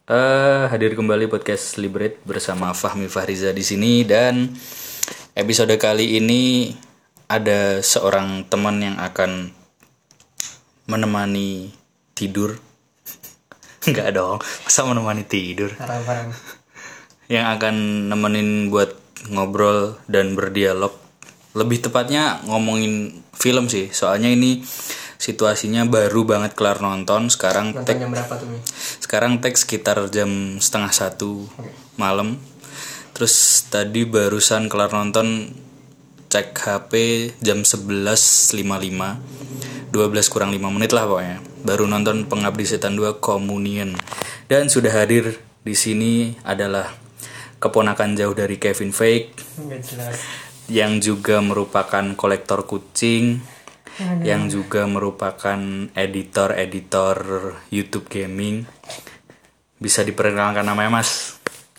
Hadir kembali podcast Liberate bersama Fahmi Fahriza di sini, dan episode kali ini ada seorang teman yang akan menemani tidur. Enggak dong, masa menemani tidur? Parang. Yang akan nemenin buat ngobrol dan berdialog. Lebih tepatnya ngomongin film sih, soalnya ini situasinya baru banget kelar nonton. Sekarang Nonton jam berapa tuh, Mi? Sekarang tag sekitar jam 12:30 malam. Terus tadi barusan kelar nonton, cek HP jam 11.55, 12 kurang 5 menit lah pokoknya. Baru nonton Pengabdi Setan 2 Communion. Dan sudah hadir di sini adalah keponakan jauh dari Kevin Feige, Nggak jelas. yang juga merupakan kolektor kucing, yang juga merupakan editor YouTube gaming. Bisa diperkenalkan namanya, Mas?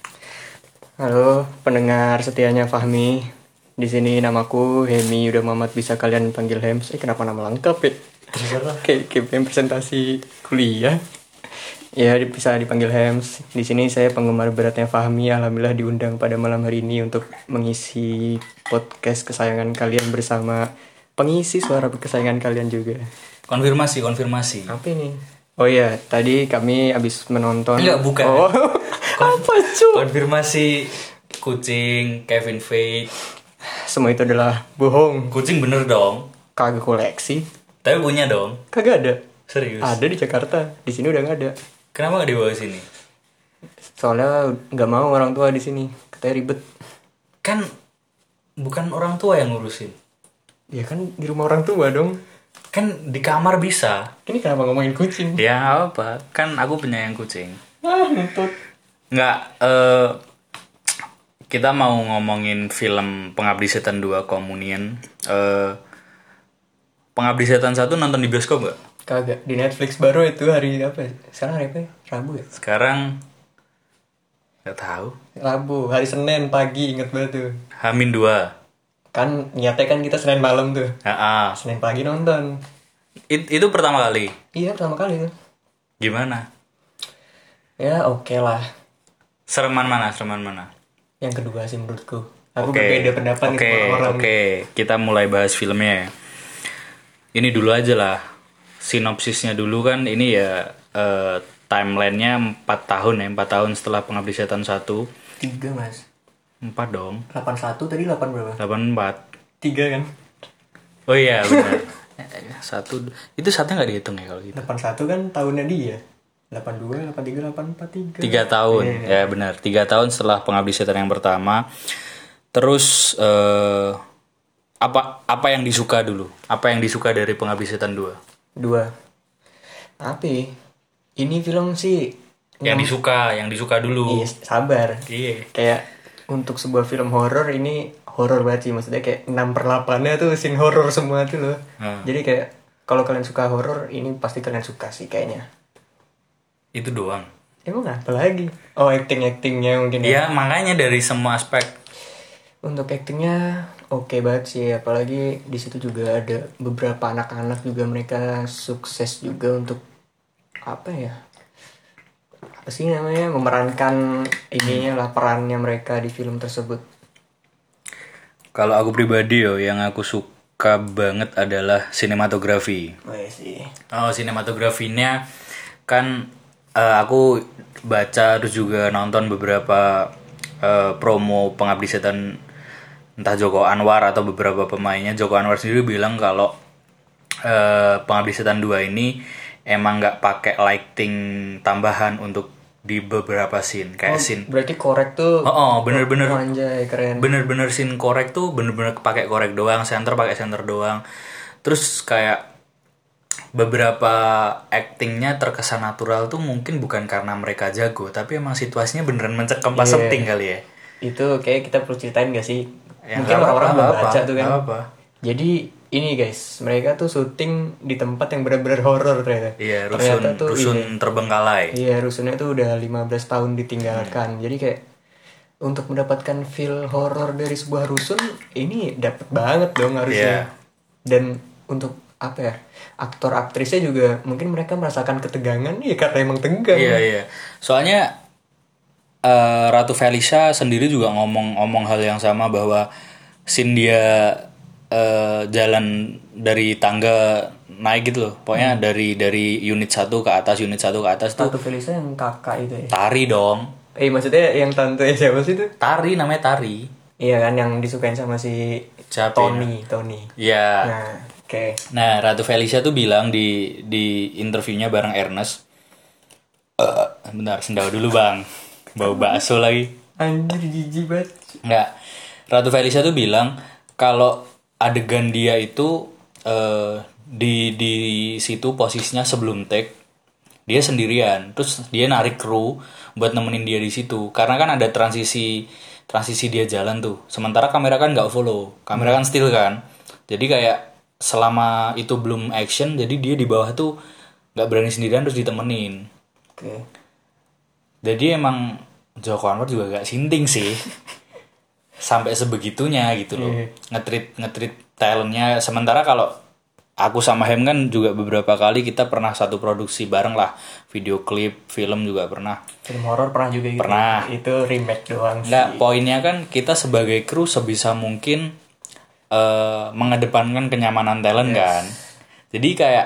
Halo, pendengar setianya Fahmi. Di sini namaku Hemi Yuda Muhammad, bisa kalian panggil Hems. Kenapa nama lengkap ya? Kayak presentasi kuliah. Ya, bisa dipanggil Hems. Di sini saya penggemar beratnya Fahmi. Alhamdulillah diundang pada malam hari ini untuk mengisi podcast kesayangan kalian bersama pengisi suara kesayangan kalian juga. Konfirmasi. Apa ini? Oh iya, tadi kami habis menonton. Enggak, bukan. Oh, apa cuy? Konfirmasi kucing Kevin Feige. Semua itu adalah bohong. Kucing bener dong. Kagak koleksi. Tapi punya dong. Kagak ada. Serius. Ada di Jakarta. Di sini udah nggak ada. Kenapa gak dibawa sini? Soalnya nggak mau orang tua di sini. Katanya ribet. Kan bukan orang tua yang ngurusin. Ya kan di rumah orang tua dong. Kan di kamar bisa. Ini kenapa ngomongin kucing? Ya apa? Kan aku penyayang kucing. Nutut. Nggak, kita mau ngomongin film Pengabdi Setan 2 Communion. Pengabdi Setan 1 nonton di bioskop gak? Kagak. Di Netflix baru itu hari apa? Sekarang hari apa ya? Rabu ya? Sekarang gak tahu. Rabu. Hari Senin pagi, inget banget tuh. Hamin 2. Kan niatnya kan kita Senin malam tuh. Senin pagi nonton. Itu pertama kali. Iya, pertama kali tuh. Gimana? Ya oke lah. Sereman mana? Yang kedua sih menurutku. Aku Oke. berbeda pendapat nih sama orang. Oke, kita mulai bahas filmnya ya. Ini dulu aja lah. Sinopsisnya dulu kan, ini ya timelinenya 4 tahun ya. 4 tahun setelah Pengabdi Setan 1. 3 mas. 4 dong. 81 tadi 8 berapa? 84. 3 kan? Oh iya benar. Satu itu satunya nggak dihitung ya kalau gitu. 81 kan tahunnya dia. 82, 83, 84, 3. 3 tahun. Ya benar. 3 tahun setelah Pengabdi Setan yang pertama. Terus apa yang disuka dulu? Apa yang disuka dari Pengabdi Setan 2? 2. Tapi ini film sih Yang disuka dulu. Iya, sabar. Iya. Kayak untuk sebuah film horor ini horor banget sih, maksudnya kayak 6/8-nya tuh scene horor semua tuh loh. Jadi kayak kalau kalian suka horor ini pasti kalian suka sih kayaknya. Itu doang. Emang apa lagi? Oh, actingnya mungkin. Iya, makanya dari semua aspek. Untuk actingnya oke banget sih, apalagi di situ juga ada beberapa anak-anak juga, mereka sukses juga untuk apa ya? Apa sih namanya, memerankan ininya lah, perannya mereka di film tersebut. Kalau aku pribadi yang aku suka banget adalah sinematografi. Oh iya sih. Oh, sinematografinya kan aku baca terus juga nonton beberapa promo Pengabdi Setan, entah Joko Anwar atau beberapa pemainnya. Joko Anwar sendiri bilang kalau Pengabdi Setan 2 ini emang nggak pakai lighting tambahan untuk di beberapa scene, kayak scene. Berarti korek tuh. Bener-bener. Oh, anjay, keren. Bener-bener scene korek tuh bener-bener pakai korek doang, center pakai center doang. Terus kayak beberapa actingnya terkesan natural tuh mungkin bukan karena mereka jago, tapi emang situasinya beneran mencekam pas setting kali ya. Itu kayak kita perlu ceritain gak sih? Ya, mungkin orang-orang belum baca tuh kan. Apa? Jadi ini guys, mereka tuh syuting di tempat yang benar-benar horor ternyata. Iya, rusun rusun terbengkalai. Iya, rusunnya tuh udah 15 tahun ditinggalkan. Jadi kayak untuk mendapatkan feel horor dari sebuah rusun ini dapat banget dong harusnya. Dan untuk apa ya, aktor aktrisnya juga mungkin mereka merasakan ketegangan ya karena emang tegang. Iya. Soalnya Ratu Felicia sendiri juga ngomong hal yang sama bahwa scene dia jalan dari tangga naik gitu loh. Pokoknya dari unit 1 ke atas tuh. Ratu Felicia yang kakak itu ya. Tari dong. Maksudnya yang tante siapa sih itu? Tari, namanya Tari. Iya kan, yang disukain sama si Siapa Tony. Iya. Nah, oke. Nah, Ratu Felicia tuh bilang di interviewnya bareng Ernest. Bentar, sendawa dulu bang. Bau bakso lagi. Anjir, jijik banget. Enggak. Ratu Felicia tuh bilang kalau adegan dia itu di situ posisinya sebelum take, dia sendirian. Terus dia narik kru buat nemenin dia di situ. Karena kan ada transisi dia jalan tuh. Sementara kamera kan nggak follow. Kamera kan still kan. Jadi kayak selama itu belum action, jadi dia di bawah tuh nggak berani sendirian, terus ditemenin. Oke. Jadi emang Joko Anwar juga gak sinting sih. Sampai sebegitunya gitu loh. Nge-treat talentnya. Sementara kalau aku sama Hem kan juga beberapa kali kita pernah satu produksi bareng lah. Video klip, film juga pernah. Film horor pernah juga gitu. Pernah. Itu remake doang sih. Nggak, poinnya kan kita sebagai kru sebisa mungkin mengedepankan kenyamanan talent kan. Jadi kayak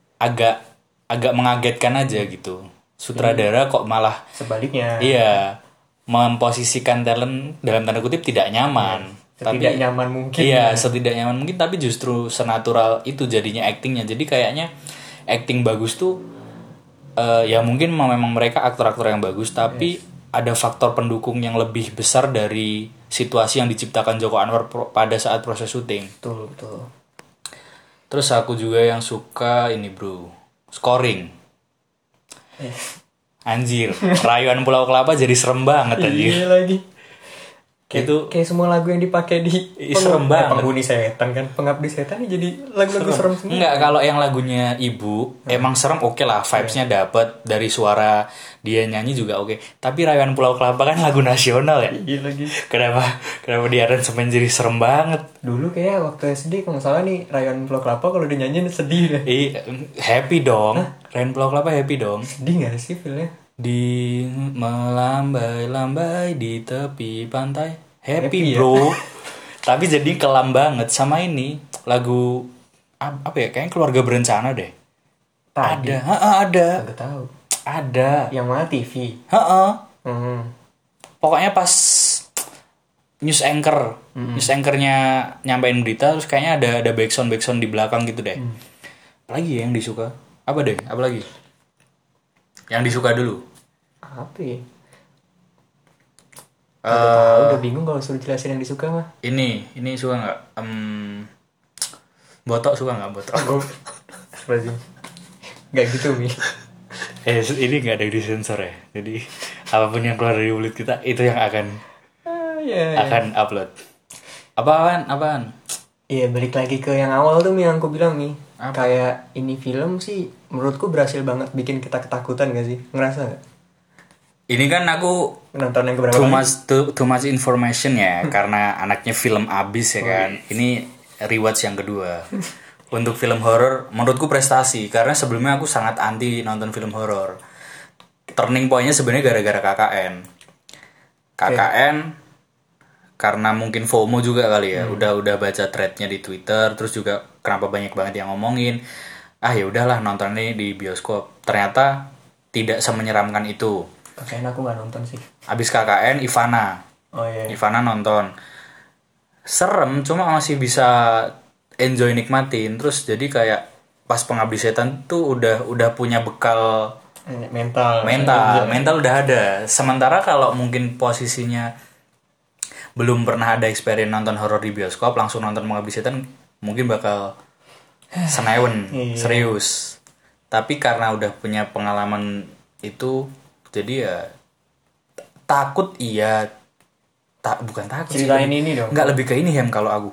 agak mengagetkan aja gitu. Sutradara kok malah sebaliknya. Iya, memposisikan talent dalam tanda kutip tidak nyaman. Setidak nyaman mungkin. Iya, setidak nyaman mungkin, tapi justru senatural itu jadinya actingnya. Jadi kayaknya acting bagus tuh ya mungkin memang mereka aktor-aktor yang bagus, tapi ada faktor pendukung yang lebih besar dari situasi yang diciptakan Joko Anwar pada saat proses syuting. Betul. Terus aku juga yang suka ini bro, scoring. Anjir, Rayuan Pulau Kelapa jadi serem banget anjir. Iya lagi. Kayak semua lagu yang dipakai di serem banget. Penghuni Setan kan, Pengabdi Setan jadi lagu-lagu serem semua. Enggak, kalau yang lagunya Ibu emang serem oke lah, vibes-nya dapet dari suara dia nyanyi juga oke. Tapi Rayuan Pulau Kelapa kan lagu nasional ya. Iya lagi. Kenapa dia aransemen jadi serem banget? Dulu kayak waktu SD kalau nggak salah nih Rayuan Pulau Kelapa kalau dinyanyiin sedih deh. Happy dong. Rayuan Pulau Kelapa happy dong. Sedih nggak sih filmnya? Di melambai-lambai di tepi pantai. Happy ya? bro. Tapi jadi kelam banget sama ini lagu apa ya, kayaknya Keluarga Berencana deh. Tadi. Ada. Nggak tahu. Ada. Yang mana TV? Pokoknya pas news anchornya nyampein berita, terus kayaknya ada backsound di belakang gitu deh. Apalagi ya yang disuka? Apa lagi? Yang disuka dulu. Apa ya? Udah bingung kalau suruh jelasin yang disuka mah. Ini suka nggak? Botok suka nggak botok? Nggak gitu Mi. Ini nggak ada disensor ya. Jadi apapun yang keluar dari mulut kita itu yang akan upload. Apaan? Iya, balik lagi ke yang awal tuh Mi, yang aku bilang nih. Kayak ini film sih menurutku berhasil banget bikin kita ketakutan gak sih? Ngerasa gak? Ini kan aku nonton yang keberapa too much information ya. Karena anaknya film abis ya kan. Ini rewatch yang kedua. Untuk film horor menurutku prestasi. Karena sebelumnya aku sangat anti nonton film horor. Turning point-nya sebenarnya gara-gara KKN. Karena mungkin FOMO juga kali ya. Udah baca thread-nya di Twitter, terus juga kenapa banyak banget yang ngomongin. Ya udahlah nonton ini di bioskop. Ternyata tidak semenyeramkan itu. KKN aku nggak nonton sih. Abis KKN Ivana. Ivana nonton. Serem, cuma masih bisa enjoy nikmatin. Terus jadi kayak pas Pengabdi Setan tuh udah punya bekal mental udah ada. Sementara kalau mungkin posisinya belum pernah ada experience nonton horor di bioskop, langsung nonton Pengabdi Setan mungkin bakal senewen, serius. Tapi karena udah punya pengalaman itu, jadi ya takut bukan takut ceritain sih. Ini dong. Nggak, lebih ke ini Hem kalau aku.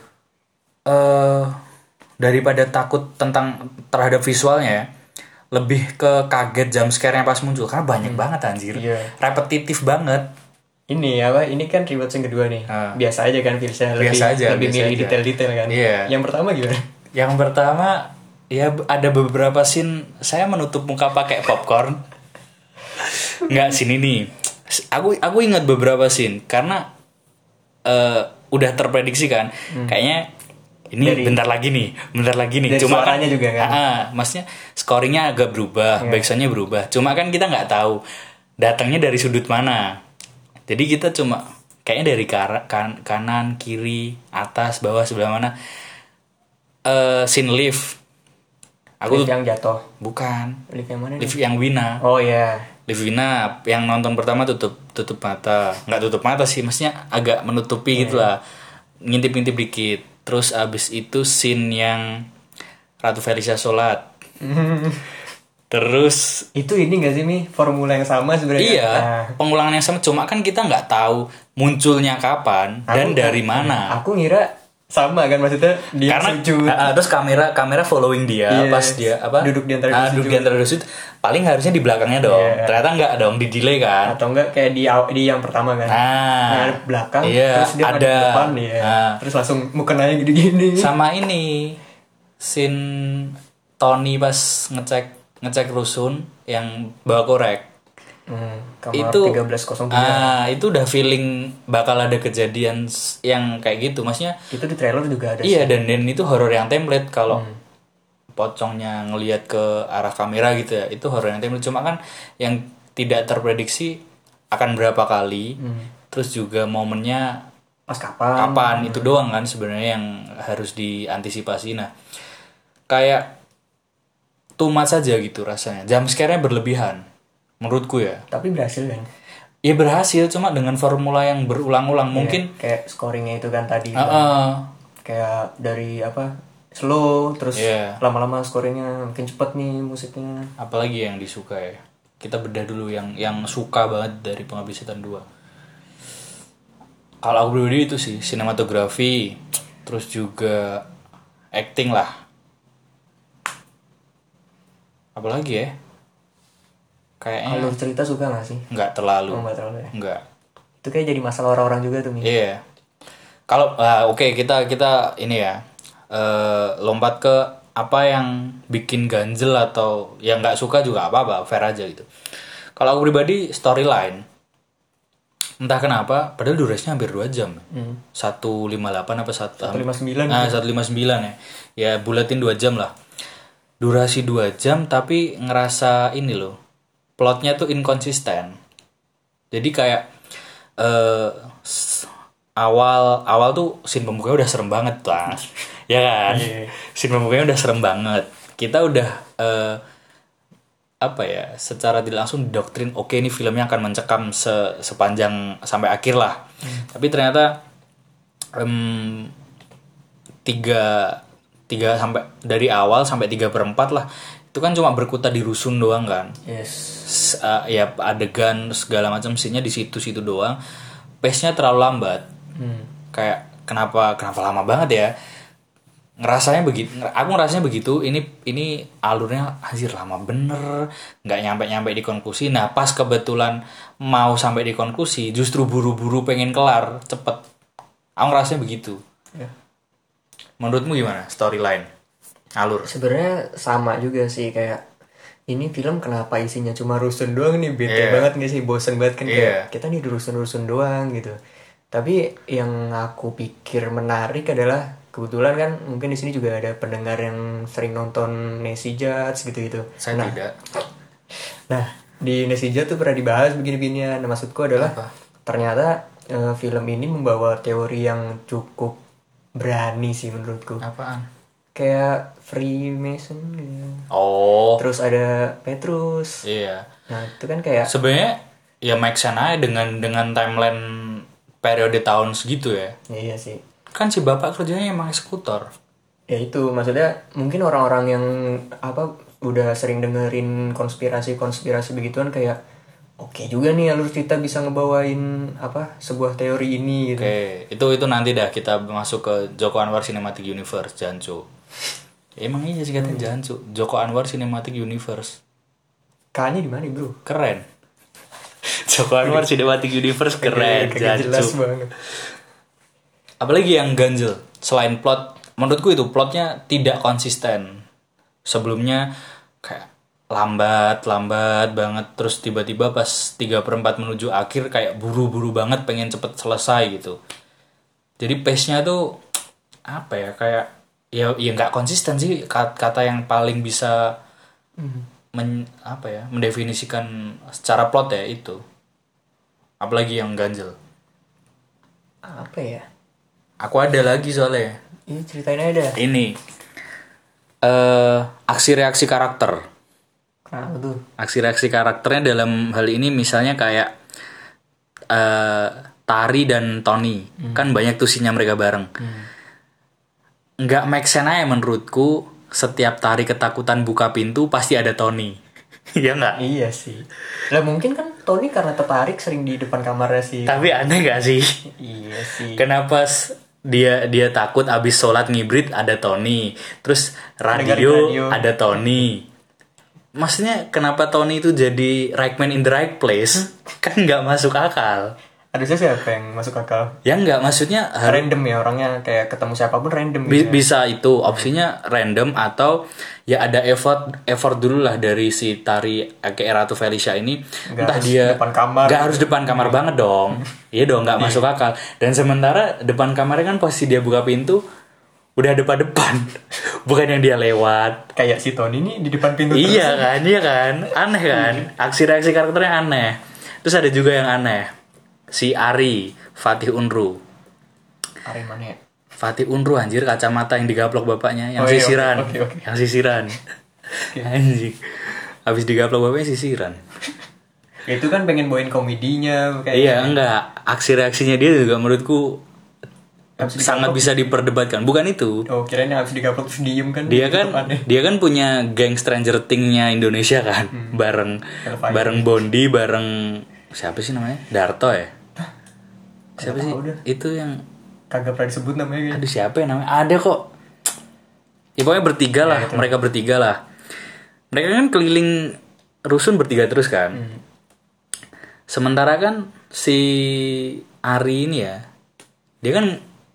Daripada takut terhadap visualnya ya, lebih ke kaget jump scare-nya pas muncul karena banyak banget anjir. Repetitif banget. Ini kan rewatch yang kedua nih. Biasa aja kan, lebih milih detail-detail kan. Yang pertama gimana? Yang pertama ya ada beberapa scene saya menutup muka pakai popcorn. Nggak sini nih. Aku ingat beberapa scene karena udah terprediksi kan. Kayaknya ini bentar lagi nih. Dari Cuma kan suaranya juga kan. maksudnya scoringnya agak berubah, backsoundnya berubah. Cuma kan kita nggak tahu datangnya dari sudut mana. Jadi kita cuma kayaknya dari kanan, kiri, atas, bawah, sebelah mana. Scene lift. Lift yang jatuh. Bukan. Lift yang mana nih? Lift yang Wina. Oh iya. Lift Wina yang nonton pertama tutup mata. Nggak tutup mata sih, maksudnya agak menutupi gitu lah. Ngintip-ngintip dikit. Terus abis itu scene yang Ratu Felicia sholat. Terus Itu ini gak sih Mi? Formula yang sama sebenarnya. iya, pengulangan yang sama. Cuma kan kita nggak tahu munculnya kapan dan dari mana. Aku ngira sama kan, maksudnya dia Karena sujud. terus kamera following dia Yes. pas dia Duduk di antara dua duduk sujud. di antara dua sujud. Paling harusnya di belakangnya dong. Iya. Ternyata nggak dong, di delay kan. Atau enggak kayak di yang pertama kan. Nah, Belakang iya, terus dia ada. ada depan ya. Nah. Terus langsung mukenanya gini-gini. Sama ini scene Tony pas ngecek rusun yang bawa korek. Kamar Itu 1303. itu udah feeling bakal ada kejadian yang kayak gitu. Maksudnya Itu di trailer juga ada. iya, dan itu horor yang template kalau pocongnya ngelihat ke arah kamera gitu ya. Itu horor yang template. Cuma kan yang tidak terprediksi akan berapa kali. Terus juga momennya Pas kapan? itu doang kan sebenarnya yang harus diantisipasi. Nah, kayak too much saja gitu rasanya. Jump scare-nya berlebihan menurutku ya. Tapi berhasil kan. Ya berhasil, cuma dengan formula yang berulang-ulang. Mungkin Kayak scoringnya itu kan tadi. uh-uh. Kayak dari slow terus Iya. lama-lama scoringnya makin cepet nih musiknya. Apalagi yang disuka ya. Kita bedah dulu yang suka banget dari Pengabdi Setan 2. Kalau aku pribadi itu sih sinematografi, terus juga acting lah. Apalagi ya? Kayaknya Alur cerita suka gak sih? nggak terlalu. Oh, nggak terlalu ya. Nggak. Itu kayak jadi masalah orang-orang juga tuh Mi. Iya. Kalau oke, kita ini ya lompat ke apa yang bikin ganjel atau yang nggak suka juga apa-apa, fair aja gitu. Kalau aku pribadi storyline, entah kenapa, padahal durasinya hampir 2 jam. 158 apa 159. 159 ya. Ya bulatin 2 jam lah. Durasi 2 jam tapi ngerasa ini loh. Plotnya tuh inkonsisten. Jadi kayak awal tuh scene pembukanya udah serem banget tuh. Ya kan? Scene pembukanya udah serem banget. Kita udah secara tidak langsung didoktrin oke, ini filmnya akan mencekam sepanjang sampai akhir lah. Tapi ternyata tiga sampai dari awal sampai 3/4 lah itu kan cuma berkutat di rusun doang kan. Yes. Ya adegan segala macam scene-nya di situ doang. Pace-nya terlalu lambat. Kayak kenapa lama banget ya? Aku ngerasanya begitu. Ini alurnya anjir lama bener, nggak nyampe di konklusi. Nah pas kebetulan mau sampai di konklusi justru buru-buru pengen kelar cepet. Aku ngerasanya begitu. Menurutmu gimana storyline, alur? Sebenarnya sama juga sih, kayak ini film kenapa isinya cuma rusun doang nih, bete banget gak sih, bosen banget kan, kayak kita nih di rusun-rusun doang gitu. Tapi yang aku pikir menarik adalah kebetulan kan mungkin di sini juga ada pendengar yang sering nonton Nancy Judge gitu-gitu. Saya tidak. Nah di Nancy Judge tuh pernah dibahas begini-beginian. Nah, maksudku adalah ternyata film ini membawa teori yang cukup berani sih menurutku. Apaan? Kayak Freemason gitu. Oh. Terus ada Petrus. Iya. Nah itu kan kayak Sebenarnya ya make sense aja dengan timeline periode tahun segitu ya. iya sih. Kan si bapak kerjanya emang eksekutor. Ya itu maksudnya mungkin orang-orang yang udah sering dengerin konspirasi begituan kayak oke juga nih alur cerita bisa ngebawain sebuah teori ini gitu. Oke, itu nanti dah kita masuk ke Joko Anwar Cinematic Universe, Jancu. Ya, emang iya sih katanya Jancu, Joko Anwar Cinematic Universe. K-nya di mana, Bro? Keren. Joko Anwar Cinematic Universe keren, Kagak jelas Jancu. banget. Apalagi yang ganjel selain plot menurutku itu plotnya tidak konsisten. Sebelumnya kayak lambat banget, terus tiba-tiba pas 3/4 menuju akhir kayak buru-buru banget pengen cepet selesai gitu. Jadi pace-nya tuh apa ya, kayak ya nggak konsisten sih, kata yang paling bisa mendefinisikan secara plot ya itu. Apalagi yang ganjel. Apa ya? Aku ada lagi soalnya. Ini ceritain aja dah. Ini aksi reaksi karakter. Kenapa tuh? Aksi reaksi karakternya dalam hal ini misalnya kayak Tari dan Tony. Kan banyak tuh scene-nya mereka bareng. Nggak make sense aja menurutku, setiap Tari ketakutan buka pintu pasti ada Tony. Iya nggak? Iya sih. Lah mungkin kan Tony karena tertarik sering di depan kamarnya sih. Tapi aneh nggak sih? Iya sih. Kenapa dia takut abis sholat ngibrit ada Tony, terus radio ada Tony. Maksudnya kenapa Tony itu jadi right man in the right place? Kan nggak masuk akal. Harusnya siapa yang masuk akal? Ya nggak, maksudnya Random ya orangnya, kayak ketemu siapapun random gitu. Bisa itu opsinya random, atau ya ada effort dulu lah dari si Tari kayak Ratu Felicia ini. Entah dia nggak harus depan kamar banget dong. Iya dong, nggak masuk akal. Dan sementara depan kamarnya kan posisi dia buka pintu udah depan bukan yang dia lewat. Kayak si Tony ini di depan pintu terus. Iya kan, aneh kan. Aksi reaksi karakternya aneh. Terus ada juga yang aneh, si Ari Fatih Unru. Ari mana ya? Fatih Unru anjir, kacamata yang digaplok bapaknya, yang sisiran. Okay. Yang sisiran. Anjing. Habis digaplok bapaknya sisiran. Itu kan pengen bawain komedinya kayak. Iya, enggak. Aksi reaksinya dia juga menurutku sangat bisa diperdebatkan. Bukan itu. Oh, kirain habis digaplok terus diem kan. Dia kan punya geng Stranger Things-nya Indonesia kan. Bareng Bondi, bareng siapa sih namanya? Darto ya? Siapa sih? Itu yang kagak pernah disebut namanya. Aduh, siapa yang namanya? Ada kok. Ya pokoknya bertiga lah, mereka bertiga lah. Mereka kan keliling rusun bertiga terus kan. Sementara kan si Ari ini ya, dia kan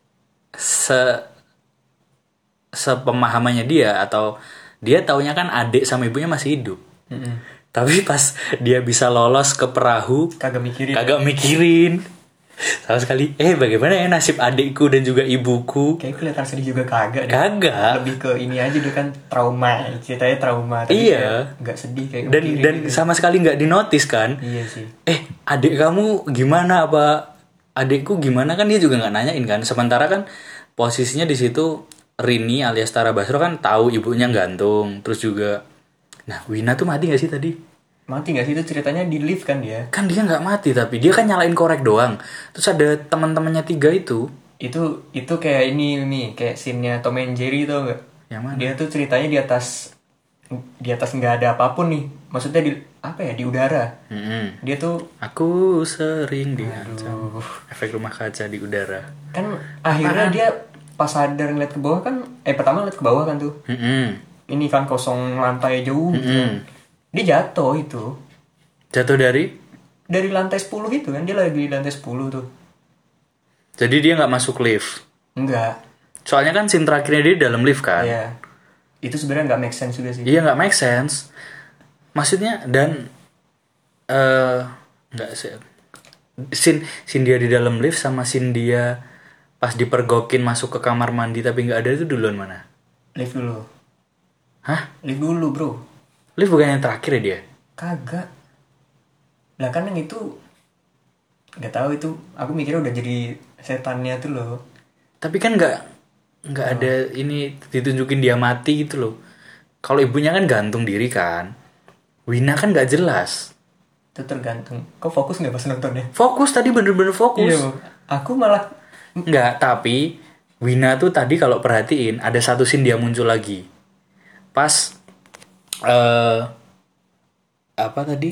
sepemahamannya dia, atau dia taunya kan adik sama ibunya masih hidup. Tapi pas dia bisa lolos ke perahu, kagak mikirin sama sekali. Bagaimana ya nasib adikku dan juga ibuku? Kayak kelihatan sedih juga kagak. Lebih ke ini aja dia kan trauma, ceritanya trauma. Tapi iya. Nggak sedih kayak. Dan gitu. Sama sekali nggak dinotis kan? Iya sih. Adik kamu gimana, apa adikku gimana, kan dia juga nggak nanyain kan. Sementara kan posisinya di situ Rini alias Tara Basro kan tahu ibunya gantung, terus juga. Nah, Wina tuh mati nggak sih tadi? Mati nggak sih, itu ceritanya di lift kan dia? Kan dia nggak mati, tapi dia kan nyalain korek doang. Terus ada teman-temannya 3 itu. Itu kayak ini kayak scene-nya Tom and Jerry tuh nggak? Yang mana? Dia tuh ceritanya di atas nggak ada apapun nih. Maksudnya di udara. Dia tuh aku sering diancam efek rumah kaca di udara. Kan akhirnya dia pas sadar ngeliat ke bawah kan, pertama ngeliat ke bawah kan tuh. Ini kan kosong, lantai jauh. Dia jatuh itu. Jatuh dari lantai 10 itu kan, dia lagi di lantai 10 tuh. Jadi dia nggak masuk lift? Enggak. Soalnya kan scene terakhirnya dia dalam lift kan? Iya. Itu sebenarnya nggak make sense juga sih. Iya, nggak make sense. Maksudnya, dan nggak sih. Scene dia di dalam lift sama scene dia pas dipergokin masuk ke kamar mandi tapi nggak ada, itu duluan mana? Lift dulu. Hah? Lift dulu bro. Lift bukan yang terakhir ya dia? Kagak. Lah kan yang itu nggak tahu itu. Aku mikirnya udah jadi setannya tuh loh. Tapi kan nggak ada ini ditunjukin dia mati gitu loh. Kalau ibunya kan gantung diri kan. Wina kan nggak jelas. Itu tergantung. Kok fokus nggak pas nontonnya? Fokus tadi, bener-bener fokus. Iya. Aku malah nggak. Tapi Wina tuh tadi kalau perhatiin ada satu scene dia muncul lagi. Pas apa tadi?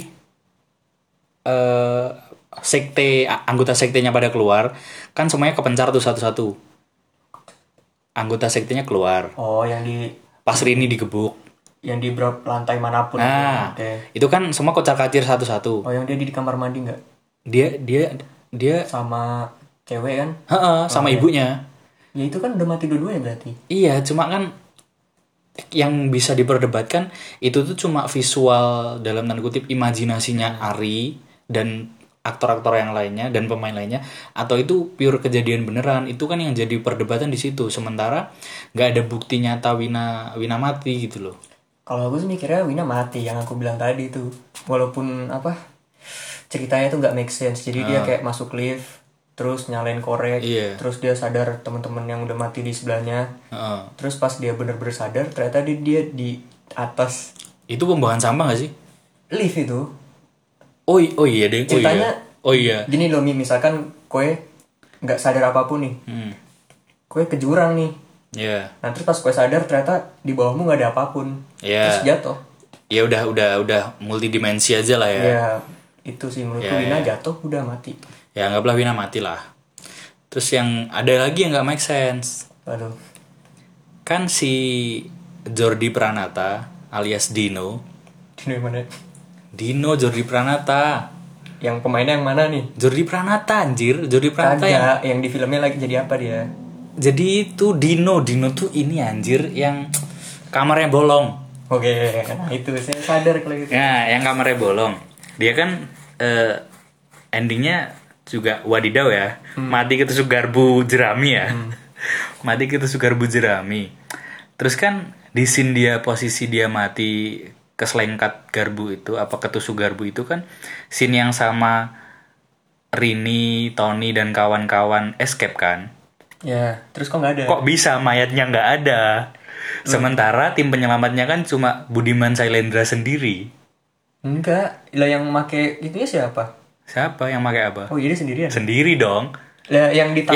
Anggota sektenya pada keluar, kan semuanya kepencar tuh satu-satu. Anggota sektenya keluar. Oh, yang di pas Rini digebuk. Yang di lantai manapun. Nah, itu kan semua kocar-kacir satu-satu. Oh, yang dia di kamar mandi nggak? Dia sama cewek kan? Sama ibunya. Ya itu kan udah mati dua-duanya berarti. Iya, cuma kan yang bisa diperdebatkan itu tuh cuma visual dalam tanda kutip imajinasinya Ari dan aktor-aktor yang lainnya dan pemain lainnya, atau itu pure kejadian beneran. Itu kan yang jadi perdebatan di situ. Sementara nggak ada bukti nyata Wina mati gitu loh. Kalau aku sih mikirnya Wina mati, yang aku bilang tadi itu. Walaupun ceritanya tuh nggak make sense. Jadi dia kayak masuk lift, terus nyalain korek, Iya. terus dia sadar teman-teman yang udah mati di sebelahnya. Terus pas dia bener-bener sadar, ternyata dia di atas Itu pembuangan sampah gak sih? lift itu. Oh iya deh. Ceritanya Oh iya. gini loh, misalkan kowe nggak sadar apapun nih, kowe ke jurang nih. Iya. Nah terus pas kowe sadar ternyata di bawahmu nggak ada apapun, Iya. terus jatuh. Ya udah multidimensi aja lah ya. Ya itu sih menurutku Wina jatuh udah mati. Ya anggaplah Wina mati lah. Terus yang ada lagi yang nggak make sense. Aduh. Kan si Jordi Pranata alias Dino. Dino yang mana? Dino Jordi Pranata. Yang pemainnya yang mana nih? Jordi Pranata anjir. Jordi Pranata yang di filmnya lagi jadi apa dia? Jadi itu Dino tuh ini anjir yang kamarnya bolong. Oke, nah itu saya sadar kalau gitu. Ya, yang kamarnya bolong. Dia kan endingnya juga wadidaw ya. Mati ketusuk garbu jerami ya. Mati ketusuk garbu jerami. Terus kan di scene posisi dia mati keselengkat garbu itu, apa ketusuk garbu itu kan scene yang sama Rini, Tony dan kawan-kawan escape kan. Ya, terus kok nggak ada? Kok bisa mayatnya nggak ada? Sementara tim penyelamatnya kan cuma Budiman Sailendra sendiri. Enggak, lah yang make itunya siapa? Siapa yang pakai apa? Oh, jadi sendirian. Sendiri dong. Lah yang di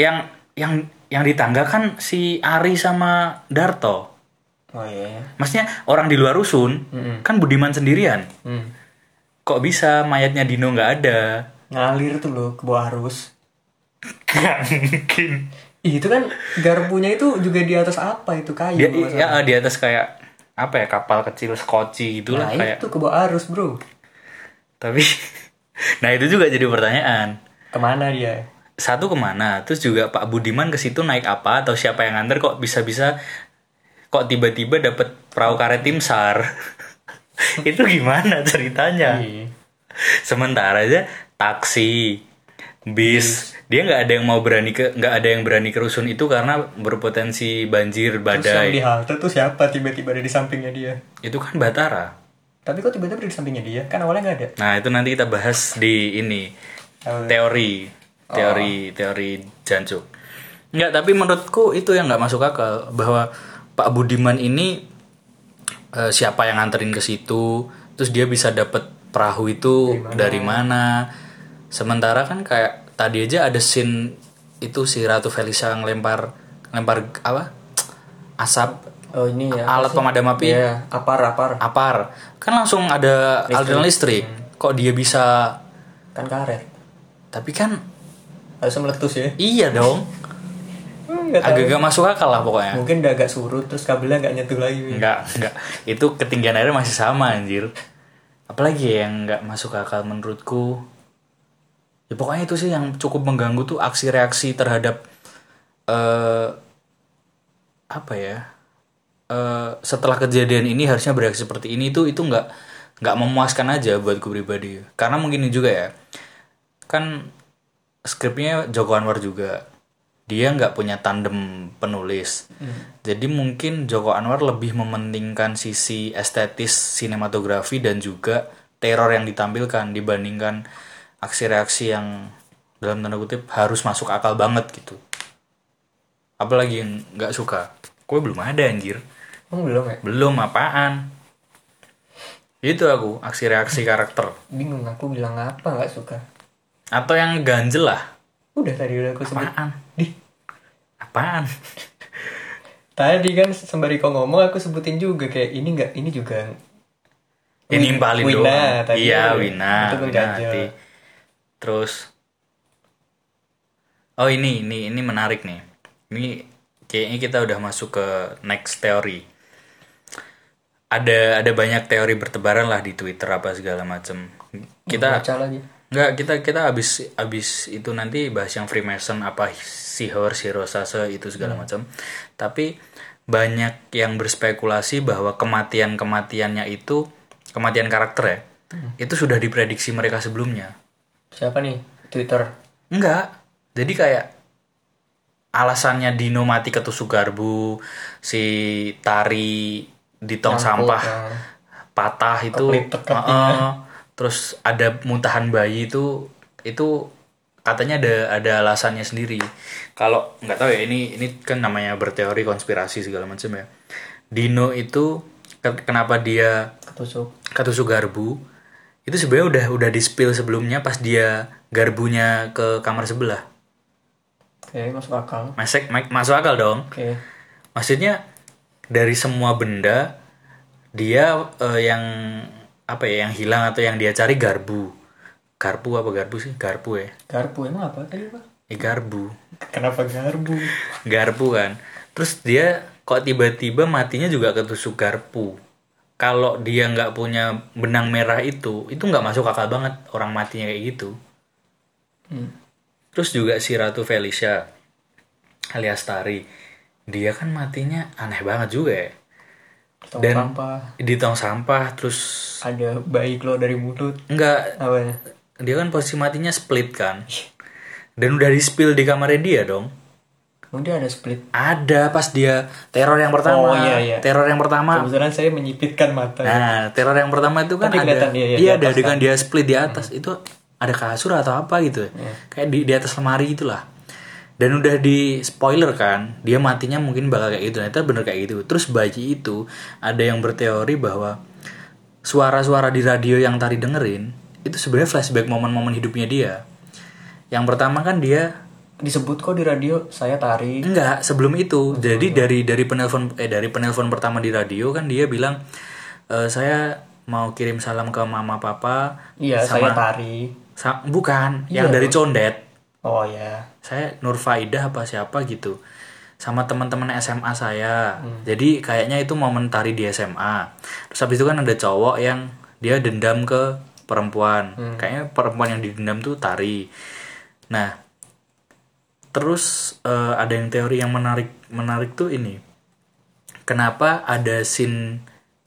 Yang di tangga kan si Ari sama Darto. Oh iya. Maksudnya orang di luar rusun kan Budiman sendirian. Kok bisa mayatnya Dino nggak ada? Ngalir tuh loh ke bawah arus. Gak mungkin. Itu kan garpunya itu juga di atas apa itu kayu? Di atas kayak apa ya, kapal kecil skoci gitu lah Nah kayak. itu ke bawah arus bro. Tapi nah itu juga jadi pertanyaan. Kemana dia? Satu kemana? Terus juga Pak Budiman ke situ naik apa atau siapa yang nganter, kok bisa-bisa kok tiba-tiba dapet perahu karet tim SAR? Itu gimana ceritanya? Iya. Sementara aja taksi, bis, dia nggak ada yang berani ke rusun itu karena berpotensi banjir Terus yang badai. di halte tuh siapa tiba-tiba ada di sampingnya dia? Itu kan Batara. Tapi kok tiba-tiba ada di sampingnya dia? Kan awalnya nggak ada. Nah itu nanti kita bahas di ini teori jancuk. Enggak, tapi menurutku itu yang nggak masuk akal bahwa Pak Budiman ini siapa yang nganterin ke situ, terus dia bisa dapet perahu itu dari mana? Sementara kan kayak tadi aja ada scene itu si Ratu Felisa ngelempar apa? Asap. Oh ini ya. Alat pemadam api. Iya, apar. Kan langsung ada aliran listrik. Kok dia bisa? Kan karet. Tapi kan Harusnya meletus ya. iya dong. Agak-agak masuk akal lah pokoknya. Mungkin udah agak surut terus kabelnya nggak nyentuh lagi. Enggak. Itu ketinggian airnya masih sama anjir. Apalagi ya yang nggak masuk akal menurutku. Ya pokoknya itu sih yang cukup mengganggu tuh aksi reaksi terhadap apa ya? Setelah kejadian ini harusnya bereaksi seperti ini itu nggak memuaskan aja buatku pribadi. Karena mungkin juga ya. Kan skripnya Joko Anwar juga. Dia nggak punya tandem penulis. Jadi mungkin Joko Anwar lebih mementingkan sisi estetis sinematografi dan juga teror yang ditampilkan dibandingkan aksi reaksi yang dalam tanda kutip harus masuk akal banget gitu. Apalagi yang nggak suka. Kue belum ada anjir. Belum ya? Belum apaan. Itu aku aksi reaksi karakter. Bingung aku bilang apa nggak suka. Atau yang ganjel lah. Udah tadi udah aku sebut. Apaan? Tadi kan sembari kau ngomong aku sebutin juga kayak ini juga. Ini paling doang. Tadi Iya, ya. Wina. Itu kan ganjel. Terus oh ini menarik nih. Ini kayaknya kita udah masuk ke next teori. Ada banyak teori bertebaran lah di Twitter apa segala macem. Baca lagi. Enggak, kita abis itu nanti bahas yang Freemason, apa Hirosase itu segala macam. Tapi banyak yang berspekulasi bahwa kematian-kematiannya itu, kematian karakter ya, itu sudah diprediksi mereka sebelumnya. Siapa nih? Twitter. Enggak. Jadi kayak alasannya Dino mati ketusuk garbu, si Tari di tong sampah patah itu, terus ada muntahan bayi itu katanya ada alasannya sendiri. Kalau nggak tahu ya, ini kan namanya berteori konspirasi segala macam ya. Dino itu kenapa dia ketusuk garbu itu sebenarnya udah di spill sebelumnya pas dia garbunya ke kamar sebelah. Oke, masuk akal. Masuk akal dong. Oke. Maksudnya dari semua benda dia yang apa ya, yang hilang atau yang dia cari garbu apa garbu sih? Garbu ya. Garbu emang apa tadi, Pak? Garbu. Kenapa garbu? Garbu kan. Terus dia kok tiba-tiba matinya juga ketusuk garpu. Kalau dia nggak punya benang merah itu nggak masuk akal banget orang matinya kayak gitu. Terus juga si Ratu Felicia alias Tari, dia kan matinya aneh banget juga ya. Di tong sampah, terus ada bayi keluar dari mulut. Enggak. Apanya? Dia kan posisi matinya split kan. Dan udah di spill di kamarnya dia dong. Dia ada split. Ada pas dia teror yang pertama. Oh iya. Teror yang pertama. Kebetulan saya menyipitkan mata. Nah, teror yang pertama itu kan ada. Iya, ada adegan dia split di atas. Itu ada kasur atau apa gitu. Kayak di atas lemari itulah. Dan udah di spoiler kan, dia matinya mungkin bakal kayak gitu. Ternyata bener kayak gitu. Terus bayi itu ada yang berteori bahwa suara-suara di radio yang Tari dengerin itu sebenarnya flashback momen-momen hidupnya dia. Yang pertama kan dia disebut kok di radio saya Tari. Enggak, sebelum itu. Jadi dari penelpon pertama di radio kan dia bilang saya mau kirim salam ke mama papa. Iya, sama, saya Tari. Bukan, yang dari Condet. Oh ya. Saya Nur Faidah apa siapa gitu. Sama teman-teman SMA saya. Jadi kayaknya itu momen Tari di SMA. Terus habis itu kan ada cowok yang dia dendam ke perempuan. Kayaknya perempuan yang didendam tuh Tari. Nah, terus ada yang teori yang menarik tuh ini. Kenapa ada scene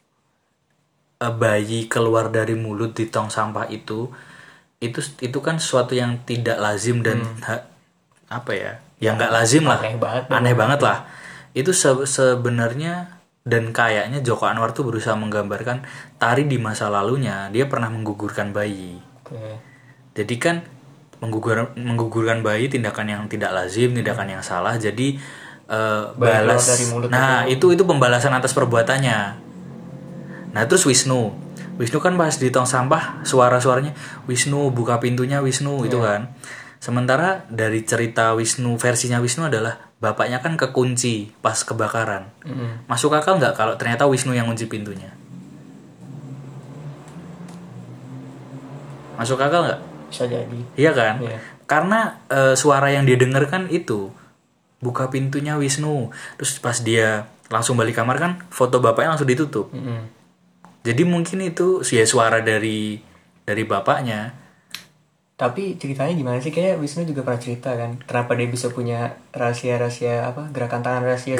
bayi keluar dari mulut di tong sampah itu kan sesuatu yang tidak lazim dan apa ya? Yang nggak lazim lah. Aneh banget lah. Itu sebenarnya dan kayaknya Joko Anwar tuh berusaha menggambarkan Tari di masa lalunya dia pernah menggugurkan bayi. Jadi kan menggugurkan bayi tindakan yang tidak lazim, tindakan yang salah. Jadi balas. Nah, itu pembalasan atas perbuatannya. Nah, terus Wisnu kan pas di tong sampah suara-suaranya Wisnu buka pintunya Wisnu itu kan. Sementara dari cerita Wisnu, versinya Wisnu adalah bapaknya kan kekunci pas kebakaran. Masuk akal nggak kalau ternyata Wisnu yang kunci pintunya? Masuk akal nggak? Bisa jadi. Iya kan? Iya. Karena suara yang dia dengar kan itu buka pintunya Wisnu. Terus pas dia langsung balik kamar kan foto bapaknya langsung ditutup. Jadi mungkin itu suara dari bapaknya. Tapi ceritanya gimana sih? Kayak Wisnu juga pernah cerita kan, kenapa dia bisa punya rahasia-rahasia apa, gerakan tangan rahasia.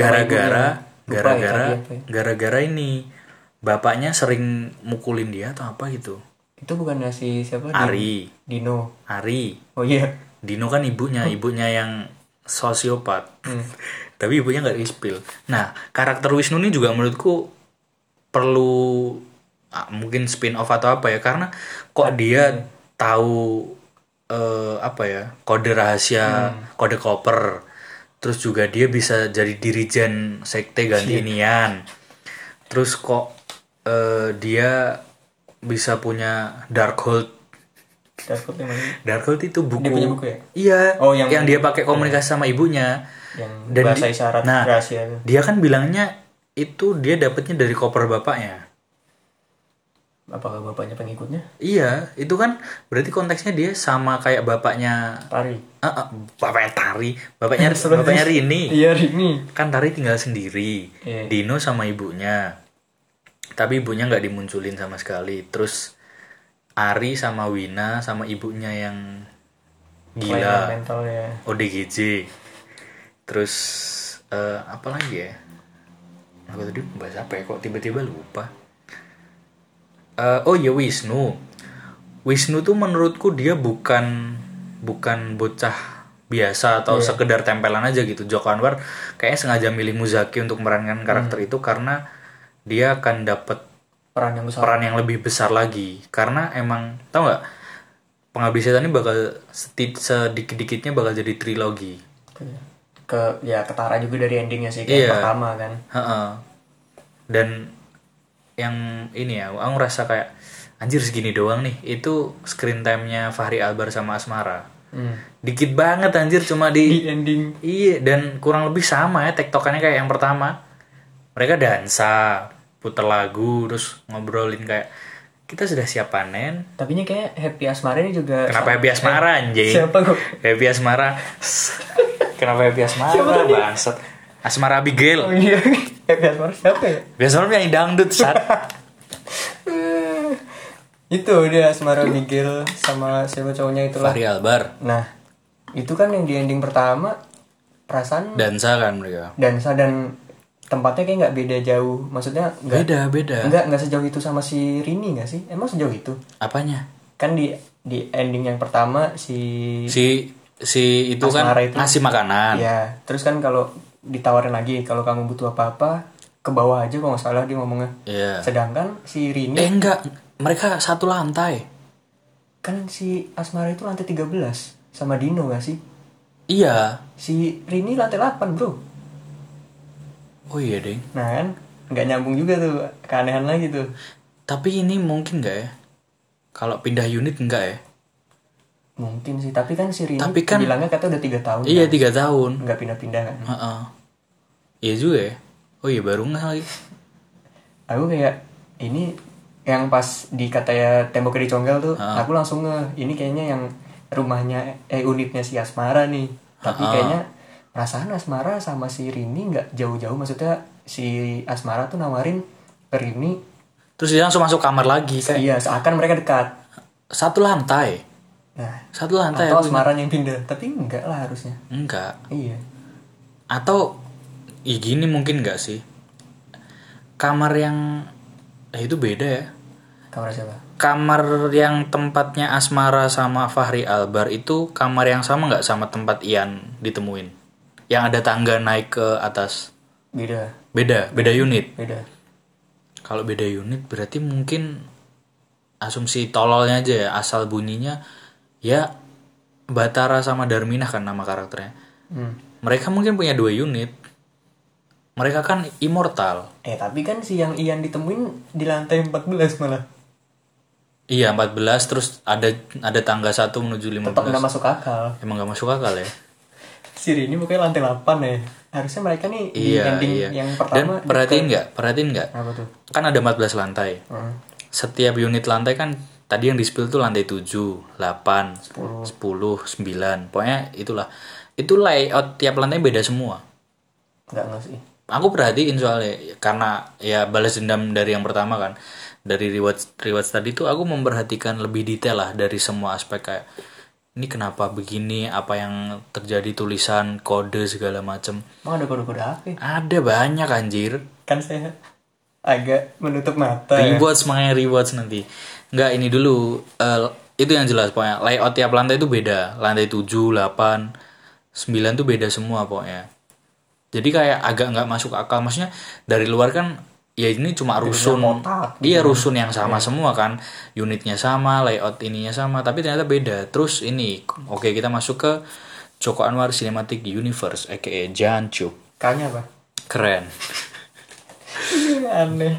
Gara-gara ini bapaknya sering mukulin dia atau apa gitu. Itu bukan si siapa? Dino. Ari. Oh iya. Dino kan ibunya yang sosiopat. Tapi ibunya nggak di-spill. Nah, karakter Wisnu ini juga menurutku perlu mungkin spin off atau apa ya, karena kok dia tahu kode rahasia, kode koper, terus juga dia bisa jadi dirijen sekte ganti inian, terus kok dia bisa punya Darkhold itu buku. Dia punya buku ya? Iya. Yang dia pakai komunikasi sama ibunya. Yang bahasa isyarat rahasia. Dia kan bilangnya itu dia dapatnya dari koper bapaknya. Apakah bapaknya pengikutnya? Iya, itu kan berarti konteksnya dia sama kayak bapaknya Tari. Bapaknya Tari, bapaknya Rini. Iya, Rini. Kan Tari tinggal sendiri. Dino sama ibunya. Tapi ibunya nggak dimunculin sama sekali. Terus Ari sama Wina sama ibunya yang Kelainan gila, mental ya. ODGJ. Terus apa lagi ya? Aku tadi bahas apa ya? Kok tiba-tiba lupa. Oh ya Wisnu. Wisnu tuh menurutku dia bukan bocah biasa atau sekedar tempelan aja gitu. Joko Anwar kayaknya sengaja milih Muzaki untuk memerankan karakter itu karena dia akan dapat peran yang lebih besar lagi. Karena emang tau nggak, Pengabdi Setan ini bakal sedikit-dikitnya bakal jadi trilogi. Ketara juga dari endingnya sih kayak pertama kan. Dan yang ini ya, aku ngerasa kayak anjir segini doang nih. Itu screen time-nya Fachri Albar sama Asmara. Dikit banget anjir, cuma di ending. Iya, dan kurang lebih sama ya tektokannya kayak yang pertama. Mereka dansa, puter lagu, terus ngobrolin kayak kita sudah siap panen. Tapi ini kayak Happy Asmara ini juga. Kenapa Happy Asmara anjing? Siapa kok? Happy Asmara. Kenapa Happy Asmara? Bangsat. Asmara Abigail. Oh iya. Happy Asmara siapa ya? Happy Asmara nyanyi dangdut saat. Itu dia Asmara Abigail sama siapa cowoknya itulah. Fachri Albar. Nah, itu kan yang di ending pertama perasaan Dansa kan mereka. dansa dan tempatnya kayak nggak beda jauh. Maksudnya Beda. Nggak sejauh itu sama si Rini nggak sih? Emang sejauh itu? Apanya? Kan di ending yang pertama si itu Asmara kan itu ngasih makanan. ya, terus kan kalau ditawarin lagi kalau kamu butuh apa-apa ke bawah aja kalau nggak salah dia ngomongnya. Iya. Sedangkan si Rini Enggak, mereka satu lantai. kan si Asmara itu lantai 13 sama Dino nggak sih? Iya. Si Rini lantai 8 bro. Oh iya deng. Nah kan nggak nyambung juga tuh, keanehan lagi tuh. Tapi ini mungkin nggak ya? Kalau pindah unit enggak ya? Mungkin sih, tapi kan si Rini Tapi kan- bilangnya katanya udah 3 tahun. Iya kan? 3 tahun. Nggak pindah-pindah kan. Heeh. Iya juga ya. Oh iya baru nggak lagi. Aku kayak ini yang pas di katanya temboknya dicongkel tuh, aku langsung ini kayaknya yang rumahnya unitnya si Asmara nih. Tapi kayaknya perasaan Asmara sama si Rini nggak jauh-jauh. Maksudnya si Asmara tuh nawarin ke Rini. Terus dia langsung masuk kamar lagi kayak Iya, seakan mereka dekat. satu lantai. Nah, Satu lantai. atau aku Asmara yang pindah, tapi enggak lah harusnya. enggak. Iya. Atau gini mungkin nggak sih? Kamar yang itu beda ya. Kamar siapa? Kamar yang tempatnya Asmara sama Fachri Albar itu kamar yang sama nggak sama tempat Ian ditemuin? Yang ada tangga naik ke atas. Beda. Beda unit. Beda. Kalau beda unit berarti mungkin asumsi tololnya aja ya, asal bunyinya ya Batara sama Darminah kan nama karakternya. Mereka mungkin punya 2 unit. Mereka kan immortal. Tapi kan si yang Ian ditemuin di lantai 14 malah. Iya 14 terus ada tangga 1 menuju 15. Tetap nggak masuk akal. Emang gak masuk akal ya. Si Rini pokoknya lantai 8 ya. Harusnya mereka nih di ending yang pertama. Dan perhatiin nggak? Apa tuh? Kan ada 14 lantai. Setiap unit lantai kan tadi yang di spill tuh lantai 7, 8, 10, 9. Pokoknya itulah. Itu layout tiap lantai beda semua. Enggak sih. Aku perhatiin soalnya karena ya balas dendam dari yang pertama kan. Dari rewards tadi tuh aku memperhatikan lebih detail lah dari semua aspek kayak ini kenapa begini, apa yang terjadi, tulisan, kode segala macem. Emang ada kode-kode apa? Ada banyak anjir. Kan saya agak menutup mata. Rewards makanya rewards nanti. Enggak ini dulu itu yang jelas pokoknya layout tiap lantai itu beda. Lantai 7, 8, 9 tuh beda semua pokoknya. Jadi kayak agak nggak masuk akal. Maksudnya dari luar kan ya ini cuma rusun. Iya rusun yang sama semua kan. Unitnya sama, layout ininya sama. Tapi ternyata beda. Terus ini oke kita masuk ke Joko Anwar Cinematic Universe aka Jancu. Kayaknya apa? Keren. Aneh.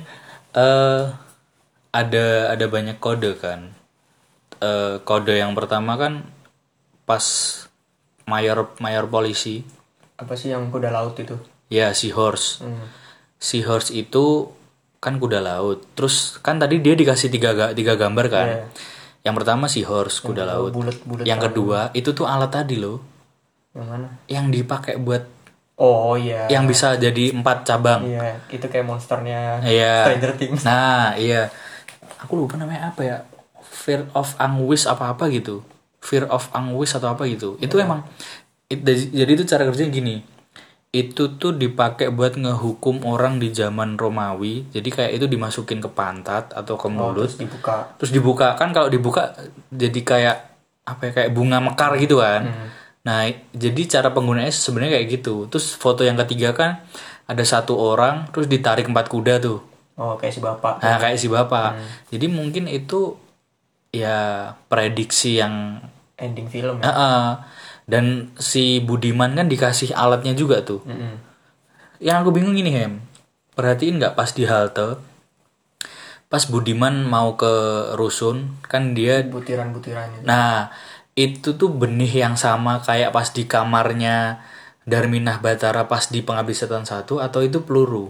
Ada banyak kode kan. Kode yang pertama kan pas mayor polisi. Apa sih yang kuda laut itu? Ya Seahorse. Seahorse itu kan kuda laut. Terus kan tadi dia dikasih tiga gambar kan. Yang pertama Seahorse kuda laut. Bulet-bulet yang kedua itu tuh alat tadi loh. Yang mana? Yang dipakai buat Oh iya. yang bisa jadi 4 cabang. Iya, itu kayak monsternya Iya. Stranger Things. Nah, iya. Aku lupa namanya apa ya. Fear of Anguish apa-apa gitu. Fear of Anguish atau apa gitu. Itu emang jadi itu cara kerjanya gini. Itu tuh dipakai buat ngehukum orang di zaman Romawi. Jadi kayak itu dimasukin ke pantat atau ke mulut. Terus dibuka. Kan kalau dibuka jadi kayak apa ya, kayak bunga mekar gitu kan. Nah, jadi cara penggunaannya sebenarnya kayak gitu. Terus foto yang ketiga kan ada satu orang terus ditarik 4 kuda tuh. Oh, kayak si bapak. Nah, kayak si bapak. Jadi mungkin itu ya prediksi yang Ending film ya. Dan si Budiman kan dikasih alatnya juga tuh. Yang aku bingung ini Hem, perhatiin nggak pas di halte, pas Budiman mau ke rusun kan dia Butiran-butiran itu. Nah itu tuh benih yang sama kayak pas di kamarnya Darminah Batara pas di Pengabdi Setan 1 atau itu peluru?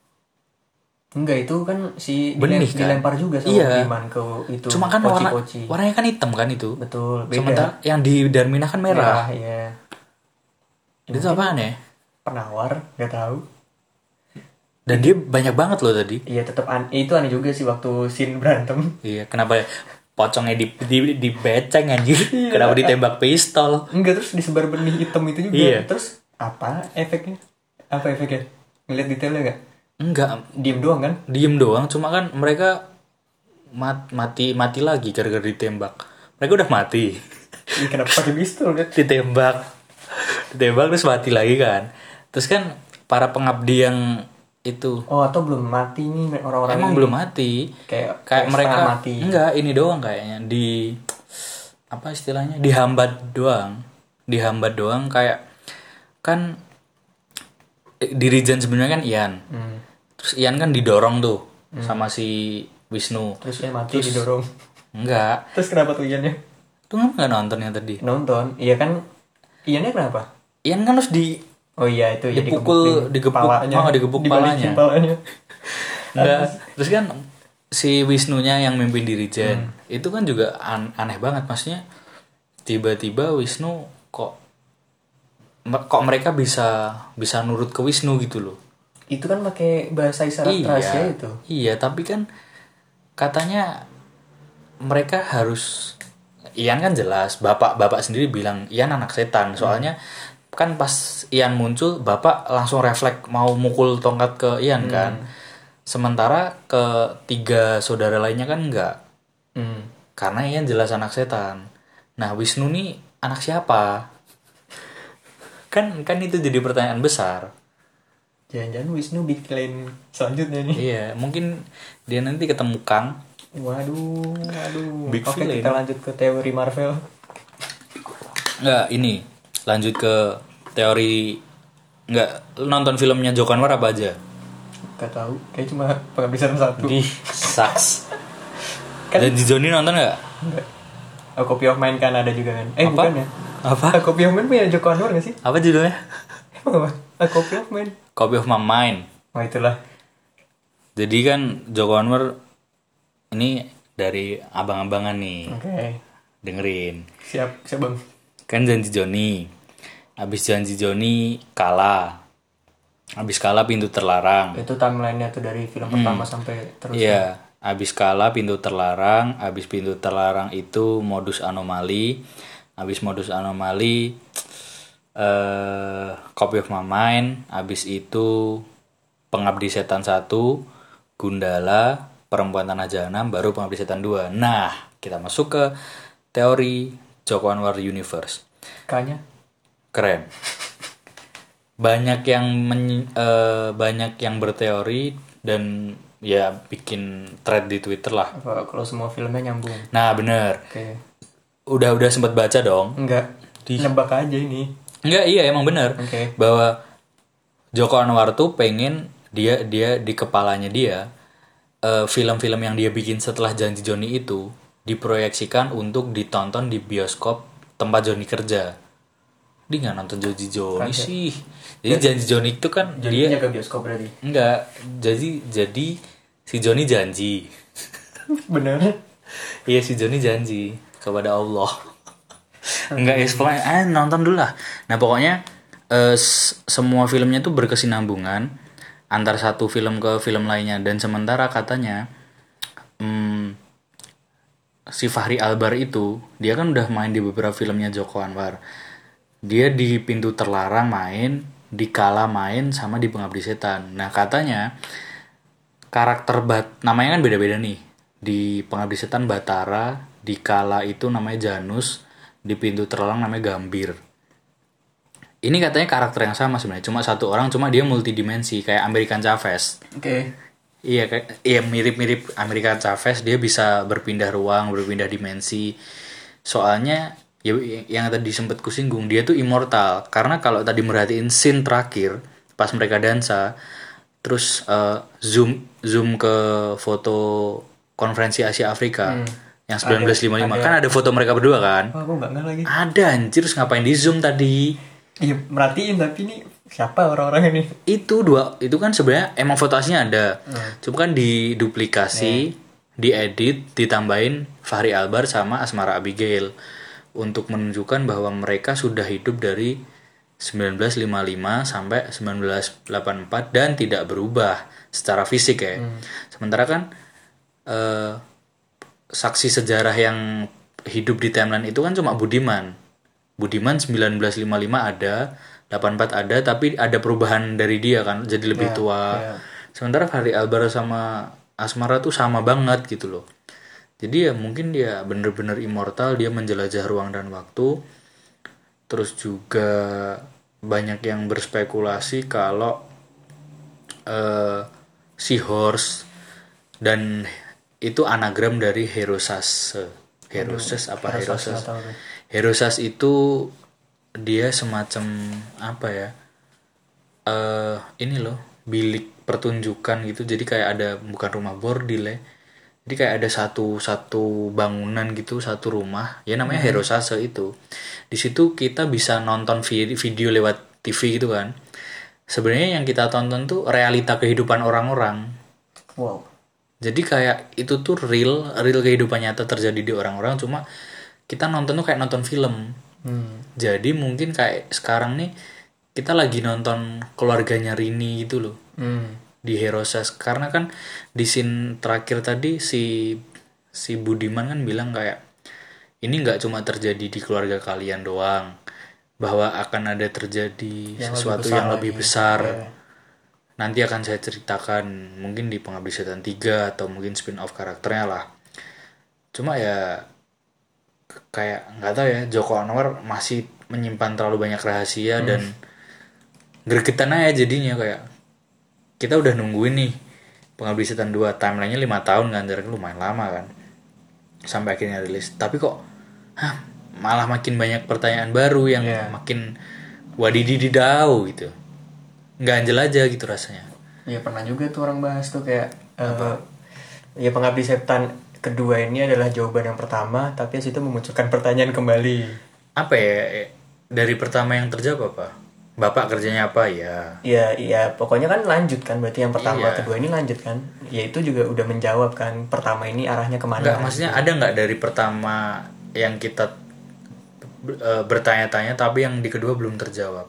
Enggak, itu kan si Benih kan? dilempar juga sama Budiman ke itu. Cuma kan poci-poci. warnanya kan hitam kan itu. Betul, beda. Sementara yang di Darminah kan merah. Ya. Itu apaan ya? Penawar, nggak tahu. Dan dia banyak banget loh tadi. Iya, tetap itu aneh juga sih waktu scene berantem. Iya, kenapa pocongnya di beceng anjir? Kenapa ditembak pistol? Enggak, terus disebar benih hitam itu juga. Iya. Terus apa efeknya? Apa efeknya? Ngeliat detailnya nggak? Enggak, Diem doang kan? diem doang. Cuma kan mereka mati lagi gara-gara ditembak. Mereka udah mati. Ih, kenapa pakai pistol kan? ditembak terus mati lagi kan. Terus kan para pengabdi yang itu Oh, atau belum mati nih orang-orang emang ini? belum mati. Kayak mereka setengah mati. enggak, ini doang kayaknya di apa istilahnya, dihambat doang kayak kan Dirijen sebenarnya kan Ian. Terus Ian kan didorong tuh sama si Wisnu. Terus dia mati didorong. Enggak. Terus kenapa tuh Iannya? Tuh nggak nonton yang tadi? Nonton. Iya kan. Iannya kenapa? Ian kan harus Oh iya itu ya digepuk palanya. Enggak. Terus kan si Wisnunya yang mimpin Dirijen. Itu kan juga aneh banget, maksudnya tiba-tiba Wisnu kok mereka bisa nurut ke Wisnu gitu loh. Itu kan pakai bahasa isyarat rahasia itu. Iya, tapi kan katanya mereka harus, Ian kan jelas bapak sendiri bilang Ian anak setan. Soalnya kan pas Ian muncul bapak langsung refleks mau mukul tongkat ke Ian kan. Sementara ketiga saudara lainnya kan enggak. Karena Ian jelas anak setan. Nah, Wisnu nih anak siapa? Kan itu jadi pertanyaan besar. Jangan-jangan Wisnu big lane selanjutnya nih. Iya, mungkin dia nanti ketemu Kang. Waduh. Big Oke, villain. kita lanjut ke teori Marvel. Enggak, ini lanjut ke teori. Enggak, nonton filmnya Joko Anwar apa aja? Gak tahu, kayak cuma Pengabdi Setan 1. Di sucks. Kan- Dan di Joni nonton enggak? Enggak. A Copy of Mine kan ada juga kan? Apa? Bukan ya? Apa? A Copy of Mine punya Joko Anwar gak sih? Apa judulnya? Emang apa? A Copy of Mine. Copy of My Mind. Oh itulah. Jadi kan Joko Anwar ini dari abang-abangan nih. Oke. Dengerin. Siap bang. Kan janji Joni. Habis janji Joni kalah. Habis kalah pintu terlarang. Itu timelinenya tuh dari film pertama sampai terus. Iya, habis kalah pintu terlarang, habis pintu terlarang itu modus anomali. Habis modus anomali Copy of My Mind, habis itu Pengabdi Setan 1, Gundala, Perempuan Tanah Jahanam, baru Pengabdi Setan 2. Nah, kita masuk ke teori Joko Anwar Universe. Kayaknya Keren. Banyak yang berteori dan ya bikin thread di Twitter lah. apa kalau semua filmnya nyambung. Nah, bener. Oke. Udah sempat baca dong. Enggak. Nebak aja ini. Enggak, iya emang bener. Oke. Bahwa Joko Anwar tuh pengen dia di kepalanya dia film-film yang dia bikin setelah Janji Joni itu diproyeksikan untuk ditonton di bioskop tempat Joni kerja. Dia nggak nonton Janji Joni sih. Jadi Janji Joni itu kan Jadinya dia ke bioskop berarti. enggak. Jadi si Joni janji. Bener. Iya, si Joni janji kepada Allah. Enggak ya, pokoknya nonton dulu lah. Nah, pokoknya semua filmnya tuh berkesinambungan antar satu film ke film lainnya, dan sementara katanya si Fachri Albar itu dia kan udah main di beberapa filmnya Joko Anwar. Dia di Pintu Terlarang main, di Kala main, sama di Pengabdi Setan. Nah katanya karakter namanya kan beda-beda nih. Di Pengabdi Setan Batara, di Kala itu namanya Janus, di Pintu Terlarang namanya Gambir. Ini katanya karakter yang sama sebenarnya, cuma satu orang, cuma dia multidimensi kayak American Chavez. Oke. Iya mirip-mirip American Chavez, dia bisa berpindah ruang, berpindah dimensi. Soalnya ya yang tadi sempat kusinggung, dia tuh immortal. Karena kalau tadi merhatiin scene terakhir pas mereka dansa, terus zoom ke foto konferensi Asia Afrika yang 1955 kan ada foto mereka berdua kan? Oh, aku nggak lagi. Ada anjir, terus ngapain di zoom tadi? Iya, merhatiin, tapi ini siapa orang-orang ini? Itu kan sebenarnya emang foto aslinya ada. Cuma kan diduplikasi, diedit, ditambahin Fachri Albar sama Asmara Abigail untuk menunjukkan bahwa mereka sudah hidup dari 1955 sampai 1984 dan tidak berubah secara fisik ya. Sementara kan saksi sejarah yang hidup di timeline itu kan cuma Budiman. Budiman 1955 ada, 84 ada, tapi ada perubahan dari dia kan, jadi lebih tua. Sementara Fachri Albar sama Asmara tuh sama banget gitu loh. Jadi ya mungkin dia bener-bener immortal, dia menjelajah ruang dan waktu. Terus juga banyak yang berspekulasi kalau Seahorse dan itu anagram dari Herosase. Herosas itu dia semacam apa ya? Ini loh, bilik pertunjukan gitu. Jadi kayak ada, bukan rumah bordil ya. Jadi kayak ada satu bangunan gitu, satu rumah. Ya namanya Herosase itu. Di situ kita bisa nonton video lewat TV gitu kan. Sebenarnya yang kita tonton tuh realita kehidupan orang-orang. Wow. Jadi kayak itu tuh real kehidupan nyata terjadi di orang-orang, cuma kita nonton tuh kayak nonton film. Jadi mungkin kayak sekarang nih kita lagi nonton keluarganya Rini gitu loh. Di Herosas, karena kan di scene terakhir tadi si Budiman kan bilang kayak ini nggak cuma terjadi di keluarga kalian doang, bahwa akan ada terjadi sesuatu yang lebih besar. Nanti akan saya ceritakan mungkin di Pengabdi Setan 3 atau mungkin spin-off karakternya lah. Cuma ya kayak nggak tahu ya, Joko Anwar masih menyimpan terlalu banyak rahasia dan gregetan aja jadinya. Kayak kita udah nungguin nih Pengabdi Setan 2, timelinenya 5 tahun kan, jaraknya lumayan lama kan sampai akhirnya rilis, tapi kok malah makin banyak pertanyaan baru yang makin wadidididau gitu, ganjel aja gitu rasanya. Ya pernah juga tuh orang bahas tuh kayak ya Pengabdi Setan kedua ini adalah jawaban yang pertama, tapi situ memunculkan pertanyaan kembali. Apa ya, dari pertama yang terjawab apa? Bapak kerjanya apa ya? Iya, pokoknya kan lanjut kan, berarti yang pertama kedua ini lanjut kan. Ya itu juga udah menjawab kan, pertama ini arahnya kemana. Enggak, maksudnya ada nggak dari pertama yang kita bertanya-tanya tapi yang di kedua belum terjawab?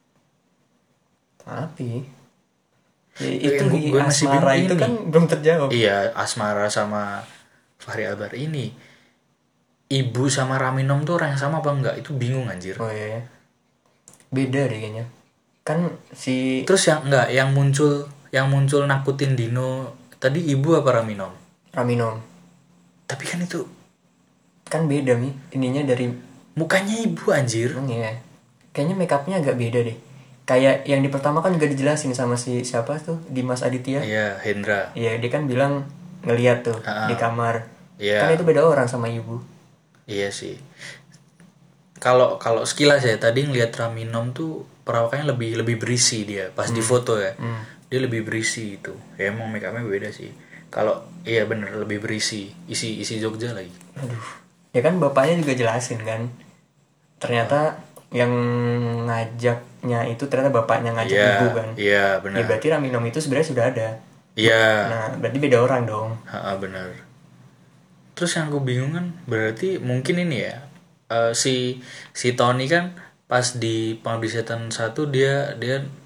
Tapi ya, itu di Asmara itu kan belum terjawab. Iya, Asmara sama Fachri Albar ini Ibu sama Raminom tuh orang yang sama apa enggak? Itu bingung anjir. Oh iya. Beda deh kayaknya. Kan si terus yang muncul nakutin Dino tadi ibu apa Raminom? Raminom. Tapi kan itu kan beda Mi, ininya dari mukanya ibu anjir. Iya. Kayaknya make upnya agak beda deh. Kayak yang di pertama kan juga dijelasin sama si siapa tuh, Dimas Aditya. Iya, Hendra. Iya, dia kan bilang ngelihat tuh di kamar. Iya. Kan itu beda orang sama ibu. Iya sih. Kalau sekilas ya tadi ngeliat Raminom tuh perawakannya lebih berisi dia pas di foto ya. Dia lebih berisi itu. Ya emang make upnya beda sih. Kalau iya bener lebih berisi, isi Jogja lagi. Aduh. Ya kan bapaknya juga jelasin kan. Ternyata yang ngajaknya itu ternyata bapaknya ngajak ibu kan. Iya, benar. Ya berarti Raminom itu sebenarnya sudah ada. Iya. Nah, berarti beda orang dong. Benar. Terus yang aku bingung kan berarti mungkin ini ya. Si Tony kan pas di Pengabdi Setan 1 dia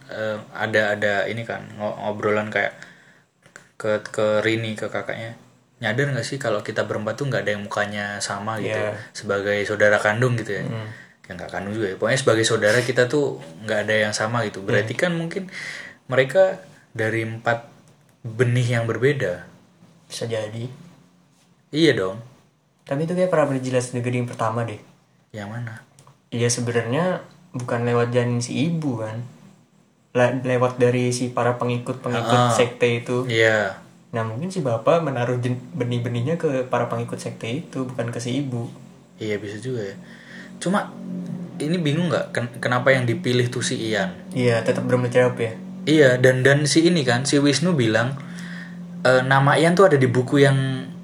ada ini kan ngobrolan kayak ke Rini, ke kakaknya. nyadar nggak sih kalau kita berempat tuh nggak ada yang mukanya sama gitu Iya. sebagai saudara kandung gitu ya. Ya nggak kandung juga ya. Pokoknya sebagai saudara kita tuh nggak ada yang sama gitu. Berarti kan mungkin mereka dari 4 benih yang berbeda. Bisa jadi. Iya dong. Tapi itu kayak pernah berjelas di negeri yang pertama deh. Yang mana? Iya sebenarnya bukan lewat janin si ibu kan. Lewat dari si para pengikut sekte itu. Iya. Nah mungkin si bapak menaruh benih-benihnya ke para pengikut sekte itu, bukan ke si ibu. Iya bisa juga ya. Cuma ini bingung nggak kenapa yang dipilih tuh si Ian? Iya tetap belum dijawab ya. Iya dan si ini kan si Wisnu bilang nama Ian tuh ada di buku yang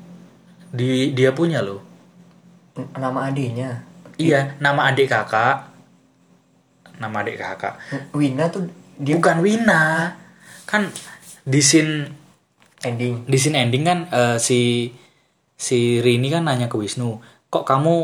dia punya loh. Nama adiknya. Iya nama adik kakak. Nama adik kakak. Wina tuh dia Bukan Wina. Kan di scene ending kan si Rini kan nanya ke Wisnu, kok kamu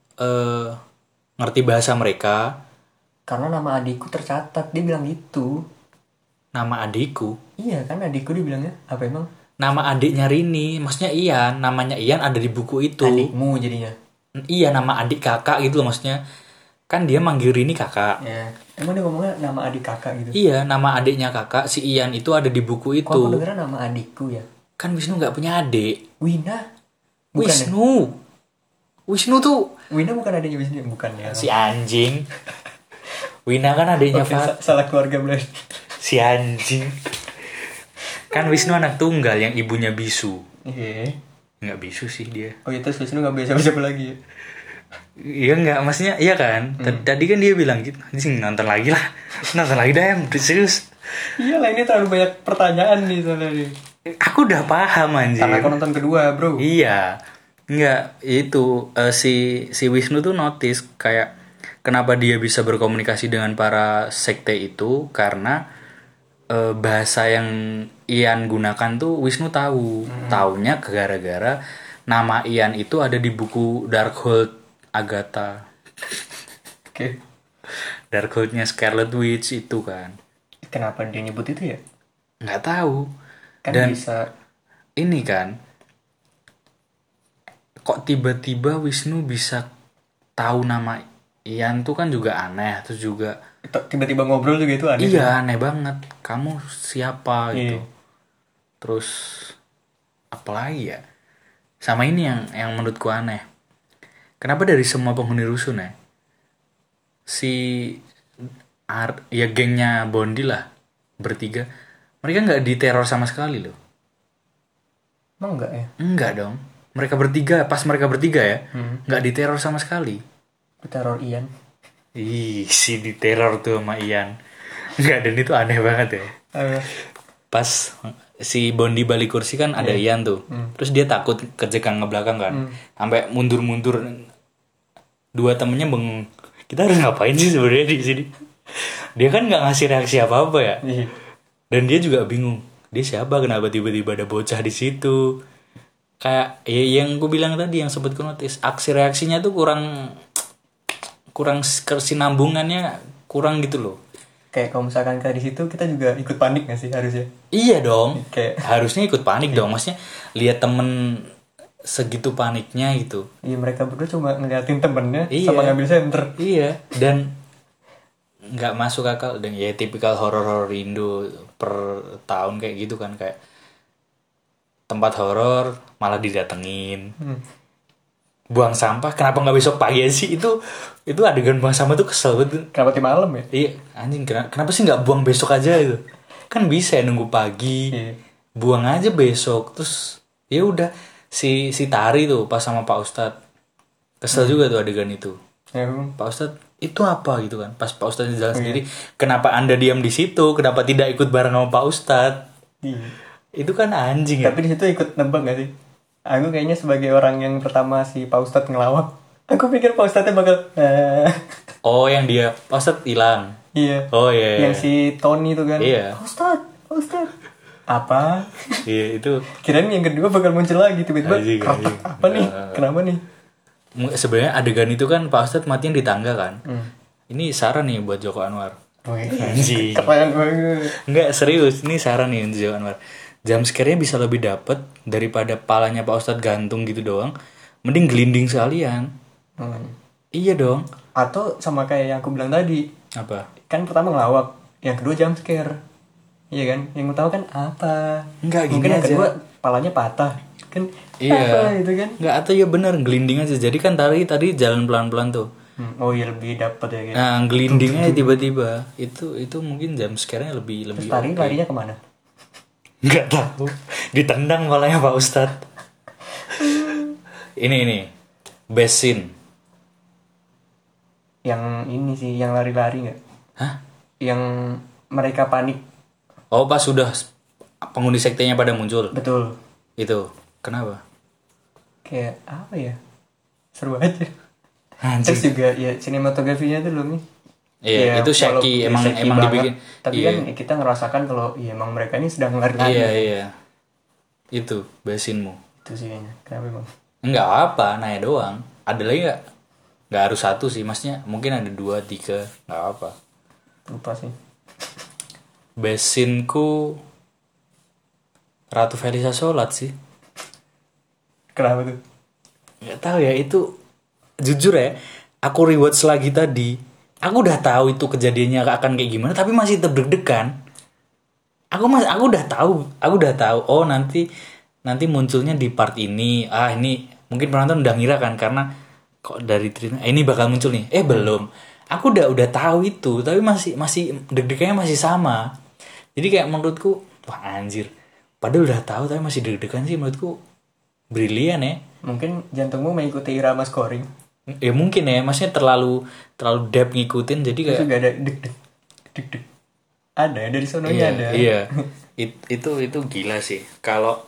ngerti bahasa mereka? karena nama adikku tercatat, dia bilang gitu. Nama adikku? Iya kan adikku dia bilangnya apa emang? Nama adiknya Rini, maksudnya Ian, namanya Ian ada di buku itu. Adikmu jadinya. Iya nama adik kakak gitu loh maksudnya. Kan dia manggil Rini kakak. Ya. Emang dia ngomongnya nama adik kakak gitu. Iya nama adiknya kakak si Ian itu ada di buku itu. Kok aku dengeran nama adikku ya? Kan Wisnu nggak punya adik. Wina. Bukan Wisnu. Wisnu tuh ya? Wina bukan adiknya Wisnu, bukan ya? si anjing. Wina kan adiknya Oke, Fat. salah keluarga belas. Si anjing. Kan Wisnu anak tunggal yang ibunya bisu. Iya. Nggak bisu sih dia. Oh itu Wisnu nggak biasa siapa lagi ya? Iya nggak, maksudnya iya kan. Tadi kan dia bilang gitu. Anjing nonton lagi lah. Nonton lagi dah yang serius. Iya lah ini terlalu banyak pertanyaan nih soalnya nih. Aku udah paham anjir. Karena aku nonton kedua bro. Iya. Enggak, itu si Wisnu tuh notice kayak kenapa dia bisa berkomunikasi dengan para sekte itu karena bahasa yang Ian gunakan tuh Wisnu tahu. Taunya gara-gara nama Ian itu ada di buku Darkhold Agatha. Oke. Darkholdnya Scarlet Witch itu kan. Kenapa dia nyebut itu ya? Nggak tahu. Kan Dan bisa. ini kan kok tiba-tiba Wisnu bisa tahu nama Ian tuh kan juga aneh. Terus juga Tiba-tiba ngobrol juga itu aneh. iya aneh banget. Kamu siapa gitu. Iya. Terus apalagi ya? Sama ini yang menurutku aneh. Kenapa dari semua penghuni rusun ya? Ya gengnya Bondi lah bertiga. Mereka nggak diteror sama sekali loh. Emang enggak ya? Enggak dong. Mereka bertiga ya, nggak diteror sama sekali. Teror Ian. Ih, si diteror tuh sama Ian. Enggak, dan itu aneh banget ya. Pas si Bondi balik kursi kan ada Ian tuh. Terus dia takut kejekang ke belakang kan. Sampai mundur-mundur. Dua temennya bengong. Kita harus ngapain sih sebenarnya di sini? Dia kan nggak ngasih reaksi apa-apa ya. Iya. Dan dia juga bingung. Dia siapa? Kenapa tiba-tiba ada bocah di situ? Kayak ya yang gue bilang tadi yang sempat gue notice, aksi reaksinya tuh kurang kesinambungannya kurang gitu loh. Kayak kalau misalkan kayak di situ kita juga ikut panik nggak sih harusnya? Iya dong. Kayak Harusnya ikut panik dong. Maksudnya lihat temen segitu paniknya gitu. iya mereka berdua cuma ngeliatin temennya Iya. sama ngambil senter. Iya. Dan nggak masuk akal. Dan ya tipikal horor Indo per tahun kayak gitu kan, kayak tempat horor malah didatengin. Buang sampah kenapa nggak besok pagi aja sih? Itu adegan buang sampah tuh kesel banget. Kenapa di malam ya? Iya anjing, kenapa sih nggak buang besok aja itu? Kan bisa ya nunggu pagi. Iya. Buang aja besok. Terus ya udah si Tari tuh pas sama Pak Ustadz kesel juga tuh adegan itu. Ya, Pak Ustadz itu apa gitu kan? Pas Pak Ustadz jalan sendiri, kenapa Anda diam di situ? Kenapa tidak ikut bareng sama Pak Ustadz? iya. Itu kan anjing ya. Tapi di situ ikut nebak gak sih? Aku kayaknya sebagai orang yang pertama si Pak Ustadz ngelawak. Aku pikir Pak Ustadznya bakal Oh yang dia Pak Ustadz hilang. iya. Oh iya. Yang si Tony itu kan. Iya. Pak Ustadz. Apa? Iya itu. Kirain yang kedua bakal muncul lagi tiba-tiba. Anjing, Kertek. anjing. Apa nih? Kenapa nih? Sebenarnya adegan itu kan Pak Ustadz matinya di tangga kan. Ini saran nih buat Joko Anwar. Wih, Anjing. keren banget. Enggak serius, ini saran nih untuk Joko Anwar. jump scare-nya bisa lebih dapet daripada palanya Pak Ustadz gantung gitu doang. Mending gelinding sekalian. Iya dong. Atau sama kayak yang aku bilang tadi, Apa? kan pertama ngelawak, yang kedua jump scare. Iya kan? Yang utama kan apa? Enggak, gini mungkin yang aja. kedua palanya patah. Kan apa itu kan? Enggak, atau ya bener gelinding aja. Jadi kan tadi jalan pelan-pelan tuh. Oh iya, lebih dapet ya kan. Nah, gelindingnya tiba-tiba itu mungkin jump scare-nya lebih Terus larinya kemana? Enggak tahu. Ditendang palanya Pak Ustadz. Ini best scene. Yang ini sih, yang lari-lari nggak? Hah? Yang mereka panik. Oh, pas sudah penghuni sektenya pada muncul. Betul. Itu. Kenapa? Kayak apa ya? Seru aja. Anjir. Terus juga ya sinematografinya tuh loh nih. Iya, Ya, itu shaky, emang shaky emang banget. dibikin. Tapi Iya. kan kita ngerasakan kalau ya emang mereka ini sedang lari-lari. Iya. Itu besinmu. Itu sih kayaknya. Kenapa emang? Enggak apa, nanya doang. Ada lagi enggak? Enggak harus satu sih, maksudnya mungkin ada 2, 3, enggak apa. Lupa sih. Besinku Ratu Felisa sholat sih. Kenapa tuh? Enggak tahu ya, itu jujur ya, aku rewatch lagi tadi. Aku udah tahu itu kejadiannya akan kayak gimana, tapi masih tetap deg-degan. Aku udah tahu. Oh, nanti munculnya di part ini. Ah, ini mungkin penonton udah ngira kan, karena kok dari treatment ini bakal muncul nih. Belum. Aku udah tahu itu, tapi masih deg-degannya masih sama. Jadi kayak menurutku, wah anjir. Padahal udah tahu tapi masih deg-degan sih, menurutku brilian ya. Mungkin jantungmu mengikuti irama scoring. Ya mungkin ya, maksudnya terlalu depth ngikutin, jadi kayak Terus juga ada deg-deg. Ada ya, dari sononya ada. Iya. Itu gila sih. Kalau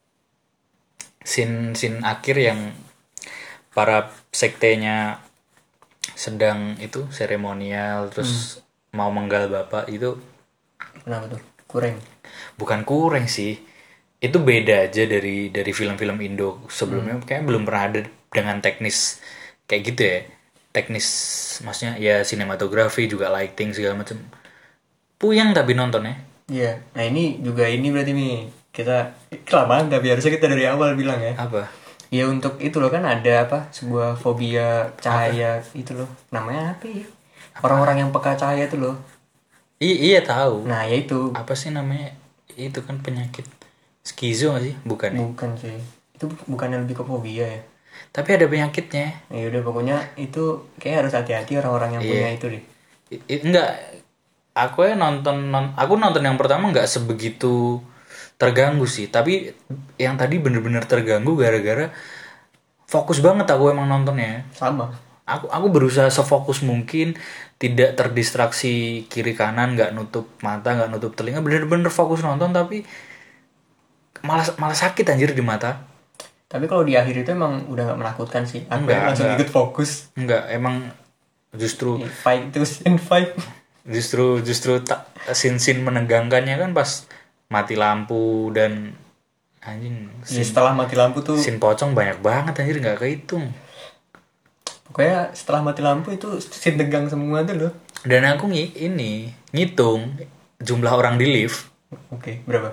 scene akhir yang para sektenya sedang itu seremonial terus mau menggal bapak itu, Kenapa tuh? Kurang. bukan kurang sih. Itu beda aja dari film-film Indo sebelumnya. Kayaknya belum pernah ada dengan teknis kayak gitu ya. Teknis maksudnya ya sinematografi juga lighting segala macam. Puyeng tapi nontonnya. Iya. Nah ini juga ini berarti nih kita kelamaan tapi harusnya kita dari awal bilang ya. Apa? Ya untuk itu loh kan ada apa sebuah fobia cahaya itu loh. Namanya apa ya? Orang-orang yang peka cahaya itu loh. Iya tahu. Nah ya itu. Apa sih namanya? Itu kan penyakit skizo gak sih? Bukan ya? Bukan sih. Itu bukannya lebih ke fobia ya. Tapi ada penyakitnya. Ya udah pokoknya itu kayak harus hati-hati orang-orang yang punya itu deh. Enggak. Aku nonton yang pertama nggak sebegitu terganggu sih. Tapi yang tadi bener-bener terganggu gara-gara fokus banget aku emang nontonnya. Sama. Aku berusaha sefokus mungkin, tidak terdistraksi kiri kanan, nggak nutup mata, nggak nutup telinga, bener-bener fokus nonton, tapi malah sakit anjir di mata. Tapi kalau di akhir itu emang udah gak menakutkan sih. Aku langsung ikut fokus. Enggak, emang justru Fight terus and fight. justru scene menegangkannya kan pas mati lampu dan anjing. Ya, setelah mati lampu tuh Scene pocong banyak banget anjir, nggak kehitung. pokoknya setelah mati lampu itu scene tegang semua tuh loh. Dan aku ngitung jumlah orang di lift. Oke, berapa?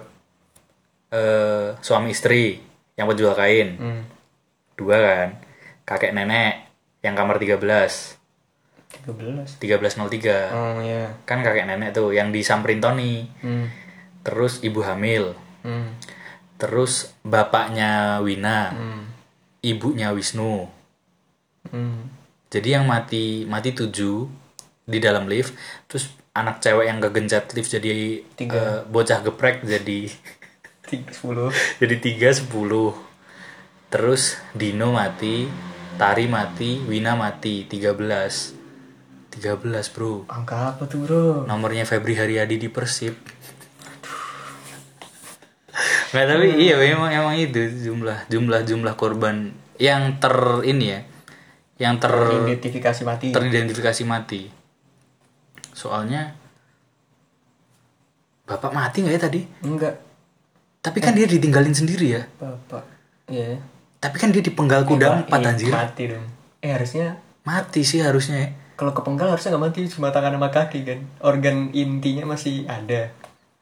Suami istri yang penjual kain 2 kan, kakek nenek yang kamar 13 13. 1303 Oh iya. kan kakek nenek tuh yang disamperin Tony. Terus ibu hamil, terus bapaknya Wina, ibunya Wisnu. Jadi yang mati 7 di dalam lift. Terus anak cewek yang kegencet lift jadi bocah geprek jadi 10. jadi 3 10. Terus Dino mati, Tari mati, Wina mati 13 bro. Angka apa tuh bro? Nomornya Febri Haryadi di Persib. Nggak, tapi iya emang itu jumlah korban yang teridentifikasi mati. Soalnya bapak mati nggak ya tadi? Enggak. Tapi kan dia ditinggalin sendiri ya. Bapak. Iya. Tapi kan dia dipenggal kuda 4 anjir. Mati dong. Harusnya mati sih harusnya ya. Kalau kepenggal harusnya nggak mati, cuma tangan sama kaki kan. Organ intinya masih ada.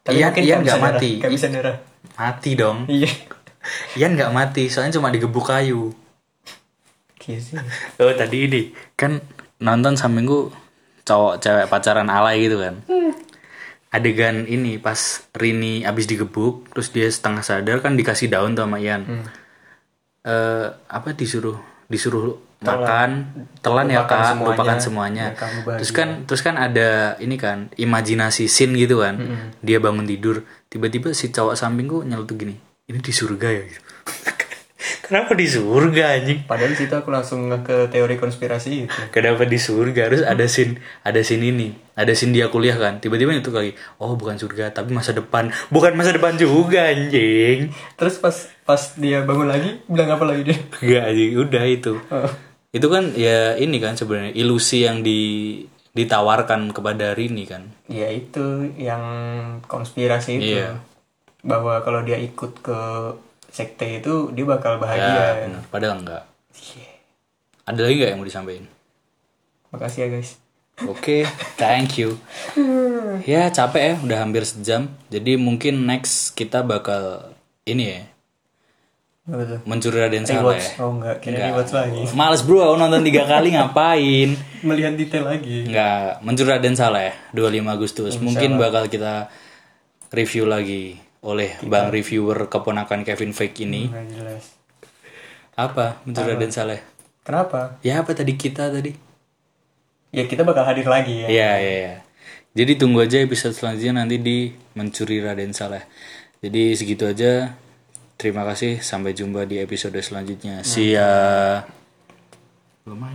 Tapi Ian mungkin Ian nggak nggak bisa mati. darah, nggak bisa darah. Mati dong. Iya. Ian nggak mati, soalnya cuma digebuk kayu. Iya sih. Oh tadi ini kan nonton sampingku cowok cewek pacaran alay gitu kan. Adegan ini pas Rini abis digebuk terus dia setengah sadar kan dikasih daun tuh sama Ian. Apa disuruh makan telan ya Lupakan kak, semuanya. lupakan semuanya. Ya, kamu bahagia. Terus kan ada ini kan imajinasi scene gitu kan. Dia bangun tidur tiba-tiba si cowok sampingku nyeletuk gini, ini di surga ya gitu. Kenapa di surga anjing? Padahal di situ aku langsung ke teori konspirasi gitu. Kenapa di surga? Harus ada scene ini. Ada scene dia kuliah kan. Tiba-tiba itu lagi. Oh, bukan surga, tapi masa depan. Bukan masa depan juga anjing. Terus pas dia bangun lagi bilang apa lagi dia? Enggak anjing, udah itu. Oh. Itu kan ya ini kan sebenarnya ilusi yang ditawarkan kepada Rini kan. Ya itu yang konspirasi itu. Iya. Bahwa kalau dia ikut ke sekte itu dia bakal Ya, bahagia. benar. Padahal enggak. Yeah. Ada lagi enggak yang mau disampaikan? Makasih ya guys. Oke, thank you. Ya capek ya, udah hampir sejam. Jadi mungkin next kita bakal ini ya, Apa tuh? mencuri Raden Saleh. Rewatch. Oh enggak, kira Enggak. rewatch lagi. Males bro, aku nonton 3 kali ngapain? Melihat detail lagi. Enggak, mencuri Raden Saleh 25 Agustus. Mungkin bakal kita review lagi oleh bang reviewer keponakan Kevin Fake ini. Enggak jelas. Apa? Mencuri Raden Saleh. Kenapa? Ya apa tadi kita tadi? Ya kita bakal hadir lagi ya. Iya. Jadi tunggu aja episode selanjutnya nanti di Mencuri Raden Saleh. Jadi segitu aja. Terima kasih. Sampai jumpa di episode selanjutnya. See ya.